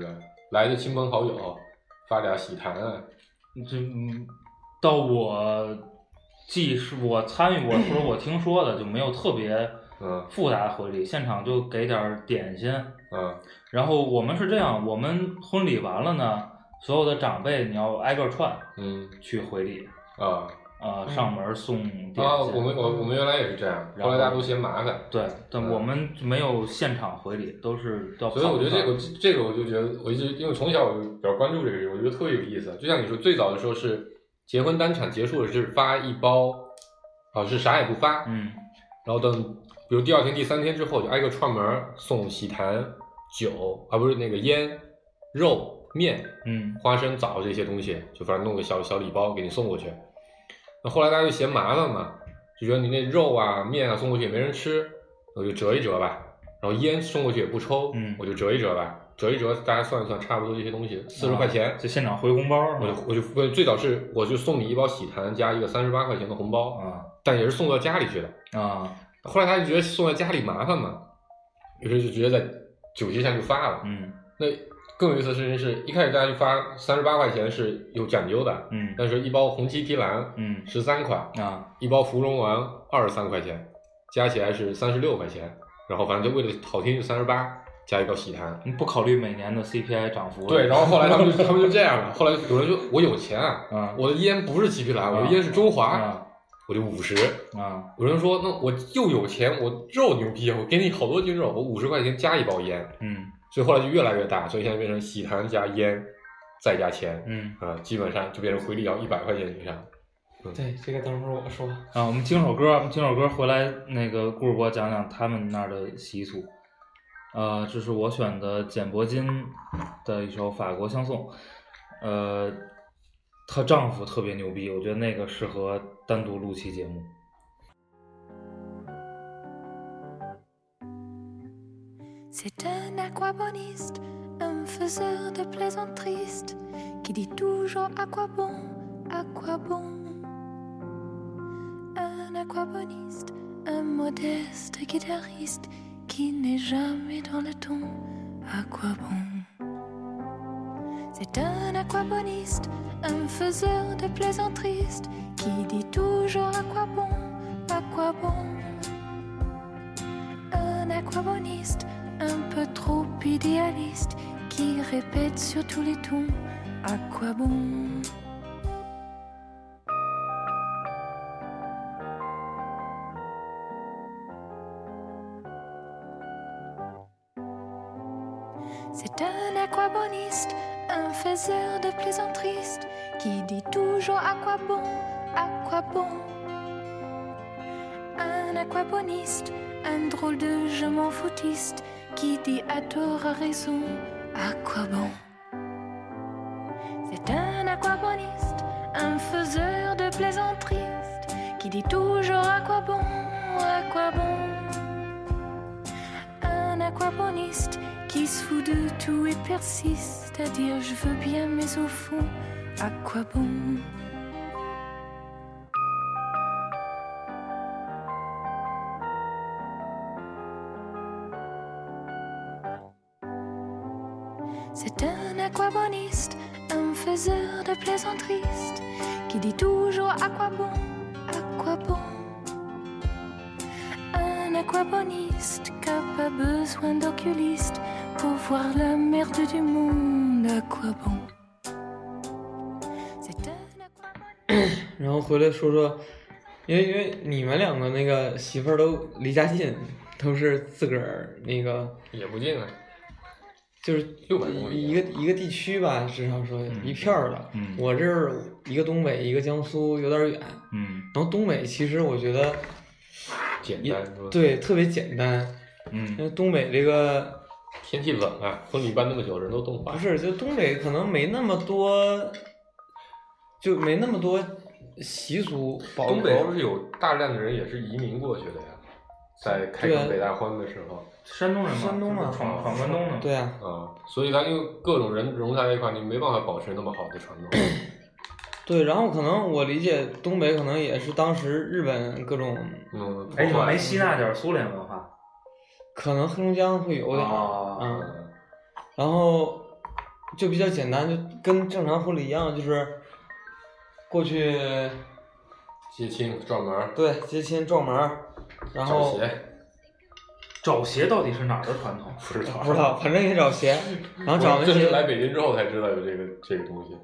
来的亲朋好友发俩喜糖啊。 这嗯，到我既是我参与过，或者我听说的，就没有特别嗯复杂的婚礼，现场就给点点心。 嗯。 然后我们是这样，我们婚礼完了呢，所有的长辈你要挨个串， 嗯， 去回礼。 啊。 呃，上门送点心。 啊，我们我我们原来也是这样，后来大家都嫌麻烦。 对，但我们没有现场回礼，都是要。 所以我觉得这个这个我就觉得，我一直因为从小我就比较关注这个事，我觉得特别有意思。就像你说，最早的时候是结婚单场结束了是发一包，啊是啥也不发， 嗯， 然后等比如第二天、第三天之后就挨个串门送喜糖、酒啊不是那个烟、肉、面、 嗯、 花生、枣这些东西，就反正弄个小小礼包给你送过去。那后来大家就嫌麻烦嘛，就觉得你那肉啊、面啊送过去也没人吃，我就折一折吧。然后烟送过去也不抽， 嗯， 我就折一折吧，折一折大家算一算，差不多这些东西四十块钱， 就现场回红包。 我就我就我最早是我就送你一包喜糖加一个三十八块钱的红包， 啊， 但也是送到家里去的啊。 后来他就觉得送到家里麻烦嘛，于是就直接在酒席上就发了。 嗯， 那更有意思的事情是一开始大家就发三十八块钱是有讲究的， 嗯， 但是一包红旗提篮， 嗯， 十三块啊， 一包芙蓉丸二十三块钱，加起来是三十六块钱，然后反正就为了好听就三十八加一包喜糖， 你不考虑每年的 C P I 涨幅。 对，然后后来他们就他们就这样了，后来有人说我有钱啊， 啊我的烟不是七匹蓝， 啊我的烟是中华， 啊， 我就五十啊， 有人说那我又有钱，我肉牛逼，我给你好多斤肉，我五十块钱加一包烟， 嗯。 所以后来就越来越大，所以现在变成喜糖加烟，再加钱， 嗯啊、呃，基本上就变成回礼要一百块钱以上。嗯、 对，这个等会儿我说。 啊，我们听首歌，听首歌回来，那个顾主播讲讲他们那儿的习俗。呃，这是我选的简柏金的一首法国香颂。呃，她丈夫特别牛逼，我觉得那个适合单独录期节目。 C'est un aquaboniste, un faiseur de plaisanteries, qui dit toujours à quoi bon, à quoi bon. Un aquaboniste, un modeste guitariste, qui n'est jamais dans le ton, à quoi bon. C'est un aquaboniste, un faiseur de plaisanteries, qui dit toujours à quoi bon, à quoi bon. Un aquaboniste, un peu trop idéaliste, qui répète sur tous les tons, à quoi bon. C'est un aquaboniste, un faiseur de plaisanteries, qui dit toujours à quoi bon, à quoi bon. Un aquaboniste, un drôle de je m'en foutiste, qui dit à tort à raison, à quoi bon. C'est un aquaboniste, un faiseur de plaisanteries, qui dit toujours à quoi bon, à quoi bon. Un aquaboniste qui se fout de tout et persiste à dire je veux bien mais au fond, à quoi bon. C'est un aquaboniste, un faiseur de plaisanteries, qui dit toujours à quoi bon, à quoi bon. Un aquaboniste qui n'a pas besoin d'oculiste pour voir la merde du monde, à quoi bon. C'est un aquaboniste. 然后回来说说，因为因为你们两个那个媳妇儿都离家近，都是自个儿那个也不近啊。 就是六百公里一个一个地区吧，至少说一片儿的。 嗯， 我这儿一个东北，一个江苏，有点远。 嗯， 然后东北其实我觉得简单是吧？ 对，特别简单。 嗯， 因为东北这个天气冷啊，婚礼办那么久，人都冻坏。 不是，就东北可能没那么多，就没那么多习俗保留。 东北是不是有大量的人也是移民过去的呀？在开垦北大荒的时候。 山东人嘛， 山东嘛， 闯闯关东的。 对啊。 啊，所以他因为各种人融在一块，你没办法保持那么好的传统。 对，然后可能我理解东北可能也是当时日本各种， 嗯， 哎，你们没吸纳点苏联文化？ 可能黑龙江会有点， 啊， 嗯，然后就比较简单，就跟正常婚礼一样，就是过去接亲撞门， 对接亲撞门，然后找鞋， 找鞋到底是哪儿的传统？ 不知道， 不知道，反正也找鞋，然后找那这是些来北京之后才知道有这个这个东西。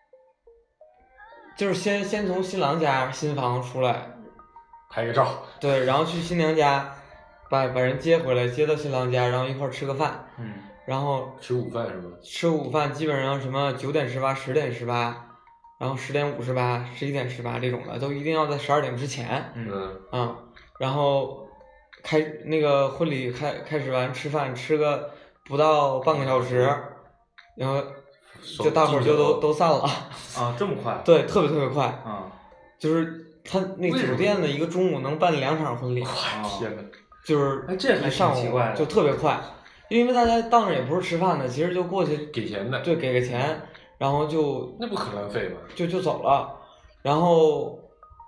就是先先从新郎家新房出来， 拍个照， 对，然后去新娘家把把人接回来，接到新郎家，然后一块儿吃个饭， 嗯， 然后吃午饭是吗？ 吃午饭基本上什么九点十八、十点十八，然后十点五十八、十一点十八这种的，都一定要在十二点之前。 嗯嗯， 嗯，然后开那个婚礼开开始完吃饭，吃个不到半个小时，然后就大伙儿就都都散了。 啊，这么快？ 对，特别特别快。 啊， 就是他那酒店的一个中午能办两场婚礼。 天呐， 就是哎这还一上午挺奇怪的就特别快，因为大家当着也不是吃饭的，其实就过去给钱的， 对，给个钱，然后就那不很浪费吗？ 就就走了，然后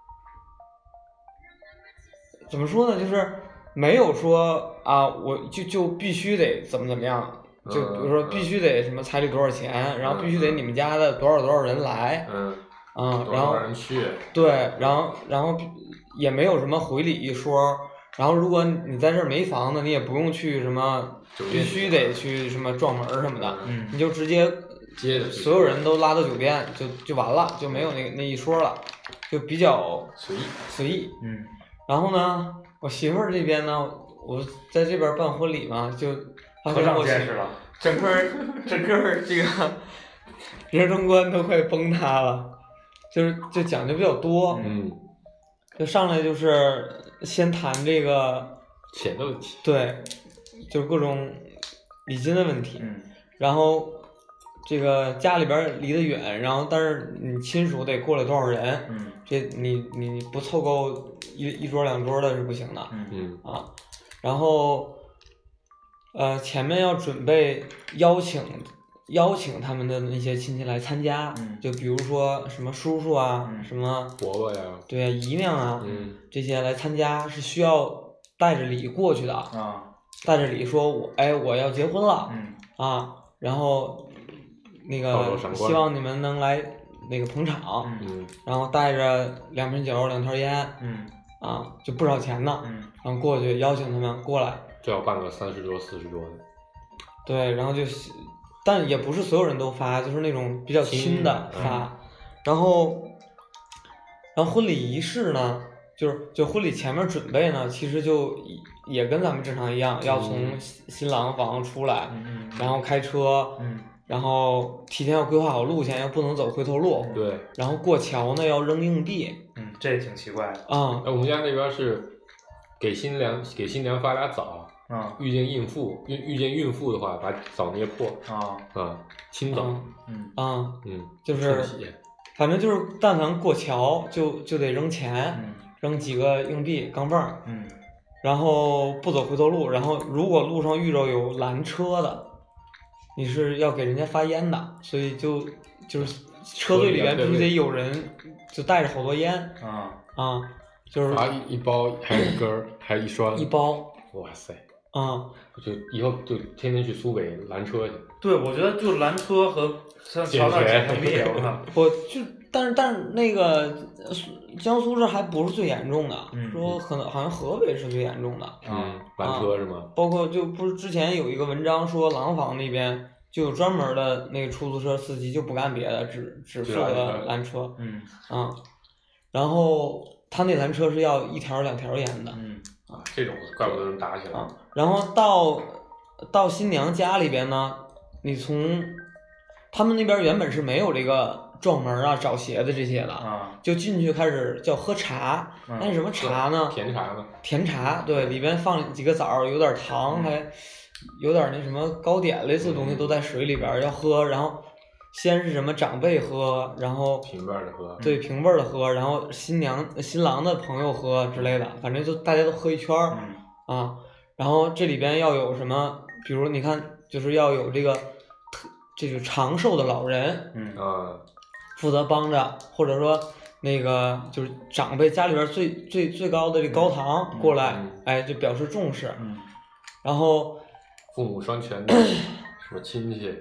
怎么说呢？就是没有说啊，我就就必须得怎么怎么样，就比如说必须得什么彩礼多少钱，然后必须得你们家的多少多少人来， 嗯， 啊， 多少然后人去？ 对，然后然后也没有什么回礼一说。然后，如果你在这儿没房子，你也不用去什么，必须得去什么撞门什么的， 嗯你就直接接着所有人都拉到酒店就就完了，就没有那那一说了，就比较随意随意。 嗯， 然后呢，我媳妇儿这边呢，我在这边办婚礼嘛，就发可长现我见识了。 整个整个这个人生观都快崩塌了，就是就讲究比较多， 嗯， 就上来就是先谈这个钱的问题， 对，就是各种礼金的问题， 嗯然后这个家里边离得远，然后但是你亲属得过来多少人， 嗯这你你不凑够一一桌两桌的是不行的， 嗯嗯啊，然后呃前面要准备邀请邀请他们的那些亲戚来参加， 嗯就比如说什么叔叔啊， 嗯什么伯伯呀， 对啊姨娘啊， 嗯这些来参加是需要带着礼过去的， 啊带着礼说我哎我要结婚了， 嗯啊，然后那个到时候赏光希望你们能来那个捧场， 嗯嗯然后带着两瓶酒两条烟嗯啊，就不少钱呢， 嗯然后过去邀请他们过来， 最好办个三十桌四十桌的， 对，然后就但也不是所有人都发，就是那种比较亲的亲发，然后然后婚礼仪式呢，就是就婚礼前面准备呢，其实就也跟咱们正常一样，要从新郎房出来， 嗯然后开车， 嗯然后提前要规划好路线，要不能走回头路， 对， 然后过桥呢要扔硬币， 嗯，这挺奇怪的。 啊、 哎，我们家那边是给新娘给新娘发俩枣， 啊遇见孕妇遇遇见孕妇的话，把枣捏破， 啊啊，亲枣， 嗯嗯啊， 嗯， 就是顺喜反正就是但凡过桥就就得扔钱， 嗯扔几个硬币钢镚儿， 嗯然后不走回头路，然后如果路上遇着有拦车的，你是要给人家发烟的，所以就就是车队里边必须得有人就带着好多烟啊啊，就是啊一一包，还有一根儿，还有一双， 一包哇塞， 啊， 就以后就天天去苏北拦车去， 对，我觉得就拦车和像捡桥那儿钱捡硬币，我靠， 我就但是但是那个呃苏江苏这还不是最严重的， 嗯说可能好像河北是最严重的， 嗯，拦车是吗？ 包括就不是之前有一个文章说廊坊那边就有专门的那个出租车司机就不干别的，只只负责拦车嗯啊，然后他那拦车是要一条两条烟的嗯啊，这种怪不得能打起来啊，然后到到新娘家里边呢，你从他们那边原本是没有这个撞门啊、找鞋的这些的， 啊就进去开始叫喝茶， 嗯那是什么茶呢？ 甜茶呢？ 甜茶，对，里边放几个枣儿，有点糖，还有点那什么糕点类似的东西都在水里边儿要喝，然后先是什么长辈喝，然后平辈儿的喝， 对平辈儿的喝，然后新娘新郎的朋友喝之类的，反正就大家都喝一圈儿嗯啊。然后这里边要有什么，比如你看，就是要有这个特这个长寿的老人嗯啊， 负责帮着，或者说那个就是长辈家里边最最最高的这高堂过来， 嗯哎，就表示重视。 嗯然后父母双全的什么亲戚，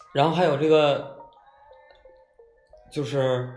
然后还有这个就是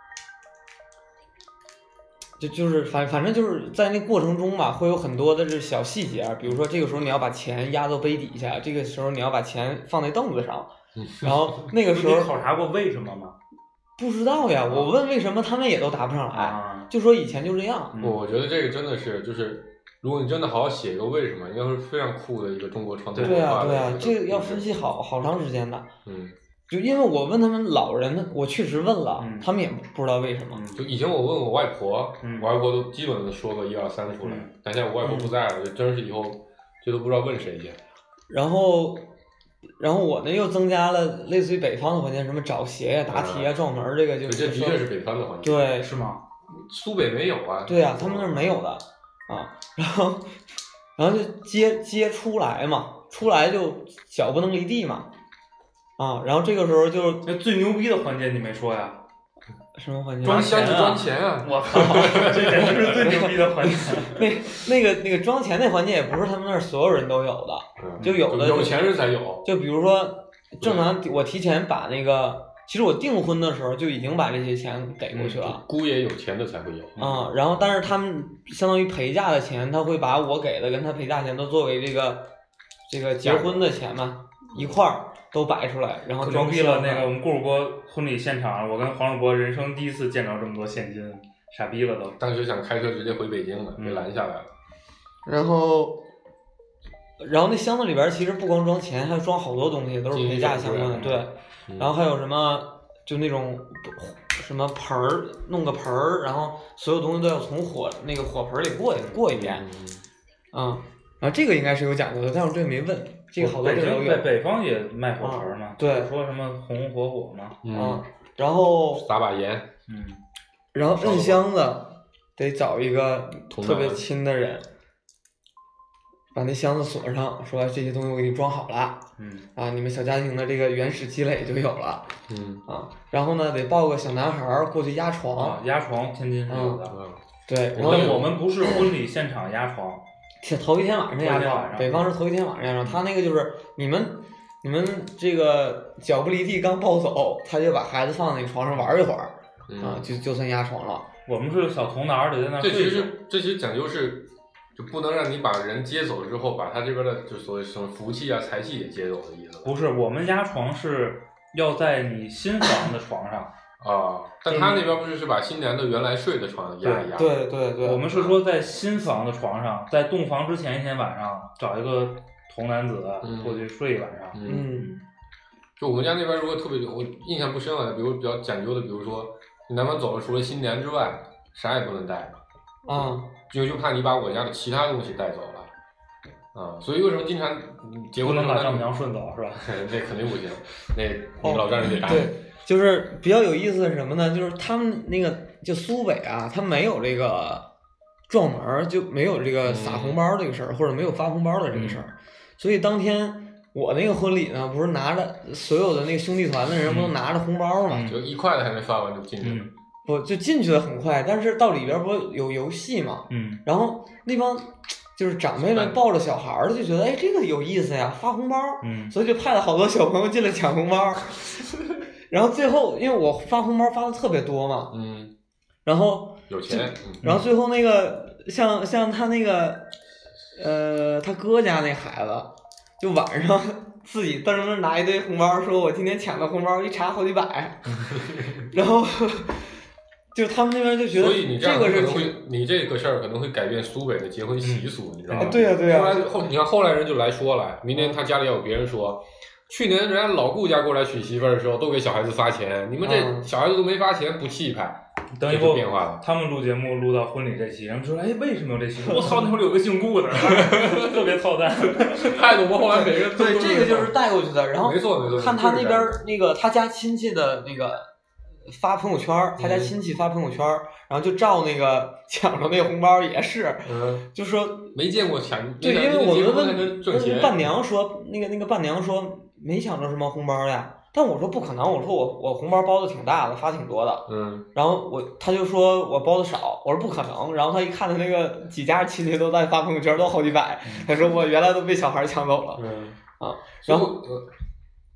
就就是反反正就是在那过程中吧，会有很多的这小细节，比如说这个时候你要把钱压到杯底下，这个时候你要把钱放在凳子上，然后那个时候你考察过为什么吗？ 不知道呀，我问为什么，他们也都答不上来， 啊、 就说以前就这样。 我我觉得这个真的是就是。如果你真的好好写一个为什么，应该是非常酷的一个中国传统文化的。 对啊，对啊，这个要分析好好长时间的。 嗯， 就因为我问他们老人，我确实问了， 嗯、 他们也不知道为什么。 就以前我问我外婆， 嗯、 我外婆都基本都说个一二三出来，嗯、但现在我外婆不在了，就真是以后这都不知道问谁去。 然后，然后我呢又增加了类似于北方的环节，什么找鞋呀、答题呀、撞门这个就。 这的确是北方的环节。 对， 是吗？ 苏北没有啊。 对啊，他们那儿没有的啊，然后。然后就接接出来嘛，出来就脚不能离地嘛，啊，然后这个时候就那最牛逼的环节你没说呀？ 什么环节？ 装钱啊！ 装钱啊！ 我靠，这简直是最牛逼的环节。 那那个那个装钱那环节也不是他们那儿所有人都有的， 嗯、 就有的有钱人才有。 就比如说，正常我提前把那个。其实我订婚的时候就已经把这些钱给过去了， 嗯、姑爷有钱的才会有啊、嗯。然后，但是他们相当于陪嫁的钱，他会把我给的跟他陪嫁钱都作为这个这个结婚的钱嘛，一块儿都摆出来，然后可牛逼了。那个我们顾主播婚礼现场，我跟黄主播人生第一次见着这么多现金，傻逼了都。 当时想开车直接回北京了，被拦下来了。 嗯、然后，然后那箱子里边其实不光装钱，还装好多东西，都是陪嫁相关的，对。然后还有什么，就那种什么盆儿，弄个盆儿，然后所有东西都要从火那个火盆里过过一遍，啊、嗯，然后这个应该是有讲究的，但是我这个没问，这个好多地方都有。 北北方也卖火盆嘛、 嗯，对， 说什么红红火火嘛， 嗯，嗯然后撒把盐， 嗯， 然后摁箱子得找一个特别亲的人。把那箱子锁上，说这些东西我给你装好了， 嗯， 啊，你们小家庭的这个原始积累就有了， 嗯， 啊，然后呢，得抱个小男孩儿过去压床， 啊，压床，天津是有的， 嗯， 对， 然后我们不是婚礼现场压床， 头一天晚上压床，北方是头一天晚上压床，他那个就是你们你们这个脚不离地刚抱走，他就把孩子放在那床上玩一会儿， 嗯、 啊，就就算压床了。 我们是小童男儿得在那睡。 这其实这其实讲究是。就不能让你把人接走之后，把他这边的就所谓什么福气啊、财气也接走的意思。 不是，我们压床是要在你新房的床上啊，但他那边不是是把新娘的原来睡的床上压一压。 对对对， 我们是说在新房的床上，在洞房之前一天晚上找一个童男子过去睡一晚上。 嗯， 就我们家那边如果特别我印象不深了，比如比较讲究的，比如说你男方走了，除了新娘之外，啥也不能带。 啊， 就就怕你把我家的其他东西带走了，啊，所以为什么经常结婚不能把丈母娘顺走是吧？ 那肯定不行，那你老丈人得打。 对，就是比较有意思的是什么呢？就是他们那个就苏北啊，他没有这个撞门，就没有这个撒红包这个事儿，嗯、或者没有发红包的这个事儿，嗯、所以当天我那个婚礼呢，不是拿着所有的那个兄弟团的人不都拿着红包嘛？ 就一块的还没发完就进去了。 嗯不就进去的很快，但是到里边不有游戏嘛， 嗯， 然后那帮就是长辈们抱着小孩的就觉得哎这个有意思呀，发红包， 嗯， 所以就派了好多小朋友进来抢红包，然后最后因为我发红包发的特别多嘛， 嗯， 然后有钱， 然后最后那个像像他那个呃他哥家那孩子就晚上自己噔噔拿一堆红包，说我今天抢的红包一查好几百，然后。就他们那边就觉得， 所以你这样这个是可能会，你这个事儿可能会改变苏北的结婚习俗，你知道吗？ 对呀对呀。 后来后你看后来人就来说了，明年他家里要有别人说，去年人家老顾家过来娶媳妇儿的时候，都给小孩子发钱，你们这小孩子都没发钱，不气派。 等一会变化了。 他们录节目录到婚礼这期，然后说，哎，为什么有这期？我操，那会儿有个姓顾的，特别操蛋。 太懂了，后来每个人对这个就是带过去的，然后没错没错， 看他那边那个他家亲戚的那个。发朋友圈，他家亲戚发朋友圈，嗯、然后就照那个抢着那个红包也是， 嗯， 就说没见过抢。 对，因为我们问问伴娘说，那个那个伴娘说没抢着什么红包呀，但我说不可能，我说我我红包包的挺大的，发挺多的， 嗯， 然后我他就说我包的少，我说不可能，然后他一看他那个几家亲戚都在发朋友圈，都好几百，他说我原来都被小孩抢走了， 嗯啊，然后。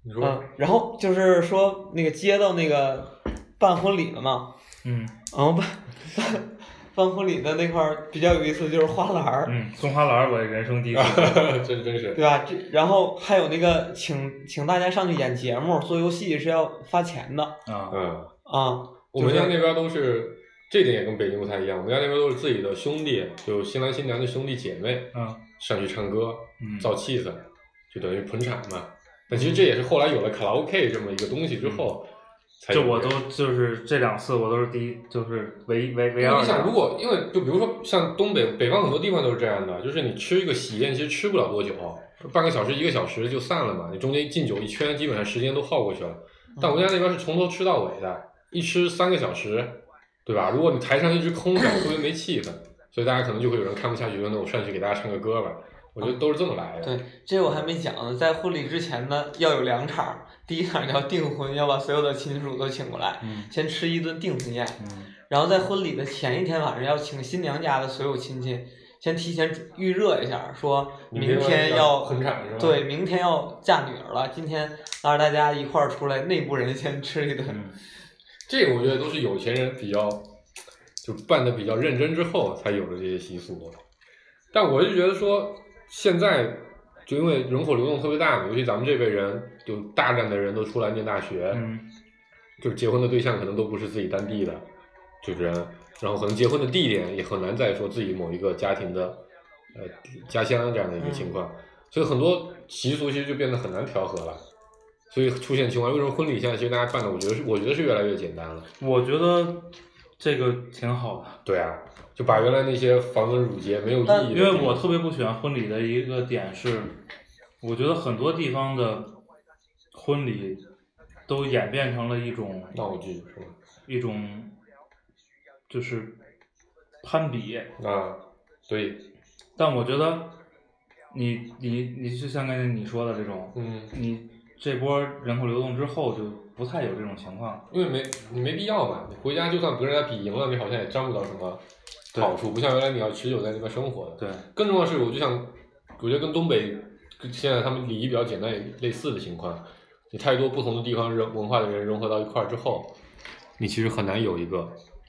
你说、 嗯，然后就是说那个接到那个办婚礼了嘛， 嗯， 然后办办办婚礼的那块儿比较有意思，就是花篮儿， 嗯，送花篮儿我人生第一次， 真真是对吧？这然后还有那个请请大家上去演节目、做游戏是要发钱的啊， 嗯啊。 我们家那边都是，这点也跟北京不太一样。我们家那边都是自己的兄弟，就新郎新娘的兄弟姐妹， 嗯， 上去唱歌， 嗯造气氛，就等于捧场嘛。但其实这也是后来有了卡拉 OK 这么一个东西之后，才有就我这个都就是这两次我都是第一，就是唯唯唯二的。 因为你想，如果因为就比如说像东北北方很多地方都是这样的，就是你吃一个喜宴，其实吃不了多久，半个小时一个小时就散了嘛。你中间敬酒一圈，基本上时间都耗过去了。但我们家那边是从头吃到尾的，一吃三个小时，对吧？如果你台上一直空着，特别没气氛，所以大家可能就会有人看不下去，说那我上去给大家唱个歌吧。我觉得都是这么来的。 对，这我还没讲呢，在婚礼之前呢，要有两场，第一场叫订婚，要把所有的亲属都请过来， 嗯先吃一顿订婚宴， 嗯然后在婚礼的前一天晚上要请新娘家的所有亲戚，先提前预热一下，说明天要捧场是吧？ 对，明天要嫁女儿了，今天拉着大家一块儿出来，内部人先吃一顿。 嗯， 这个我觉得都是有钱人比较就办的比较认真之后才有的这些习俗。但我就觉得说，现在就因为人口流动特别大嘛，尤其咱们这辈人，就大量的人都出来念大学， 嗯， 就是结婚的对象可能都不是自己当地的就人，然后可能结婚的地点也很难再说自己某一个家庭的呃家乡这样的一个情况，嗯、所以很多习俗其实就变得很难调和了。所以出现情况，为什么婚礼现在其实大家办的，我觉得是我觉得是越来越简单了。 我觉得这个挺好的。 对啊，就把原来那些繁文缛节没有意义的， 因为我特别不喜欢婚礼的一个点是，我觉得很多地方的婚礼都演变成了一种闹剧，是吧？ 一种就是攀比啊，对。 但我觉得你你你就像刚才你说的这种， 嗯， 你这波人口流动之后就不太有这种情况， 因为没你没必要嘛，你回家就算跟人家比赢了，你好像也沾不到什么好处，不像原来你要持久在那边生活的。 对， 更重要的是，我就想，我觉得跟东北现在他们礼仪比较简单也类似的情况，你太多不同的地方人文化的人融合到一块儿之后，你其实很难有一个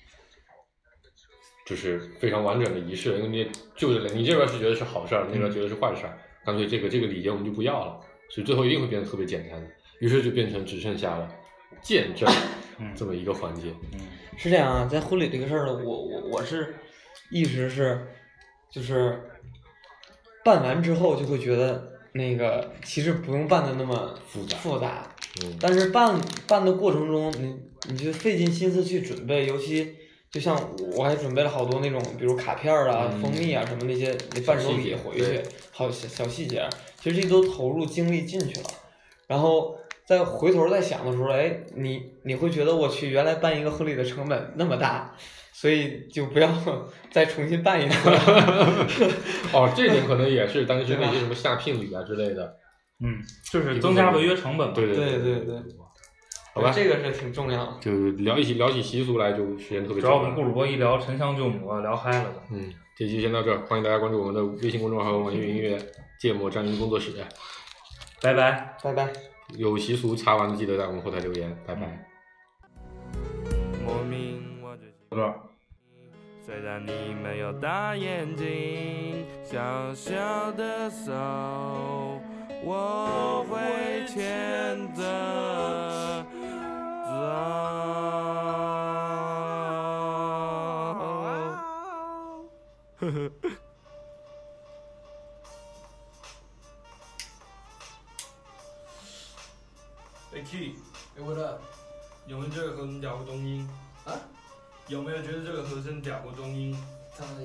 就是非常完整的仪式，因为你就是你这边是觉得是好事儿，那边觉得是坏事儿，干脆这个这个礼节我们就不要了，所以最后一定会变得特别简单的，于是就变成只剩下了见证这么一个环节。 嗯， 是这样啊，在婚礼这个事儿呢，我我我是一直是就是办完之后就会觉得那个其实不用办的那么复杂复杂， 嗯， 但是办办的过程中，你你就费尽心思去准备，尤其就像我还准备了好多那种，比如卡片啊、 嗯、 蜂蜜啊什么那些伴手礼回去，好小小细节，其实这都投入精力进去了，然后再回头再想的时候，哎，你你会觉得我去原来办一个婚礼的成本那么大，所以就不要再重新办一次了。 哦，这点可能也是当时那些什么下聘礼啊之类的， 嗯，就是增加违约成本嘛。 对对对对对。 好吧， 这个是挺重要的。 就聊一起聊起习俗来，就时间特别长。 主要我们顾主播一聊沉香救母，聊嗨了。 嗯，这期先到这儿，欢迎大家关注我们的微信公众号“网易云音乐芥末章鱼工作室”。 拜拜， 拜拜。 有习俗查完的记得在我们后台留言，拜拜。 莫名我最喜欢虽然你没有大眼睛，小小的手我会牵着走。呵呵。 哎 Key， 哎我的，有没有觉得和声屌过中音？啊？有没有觉得这个和声屌过中音？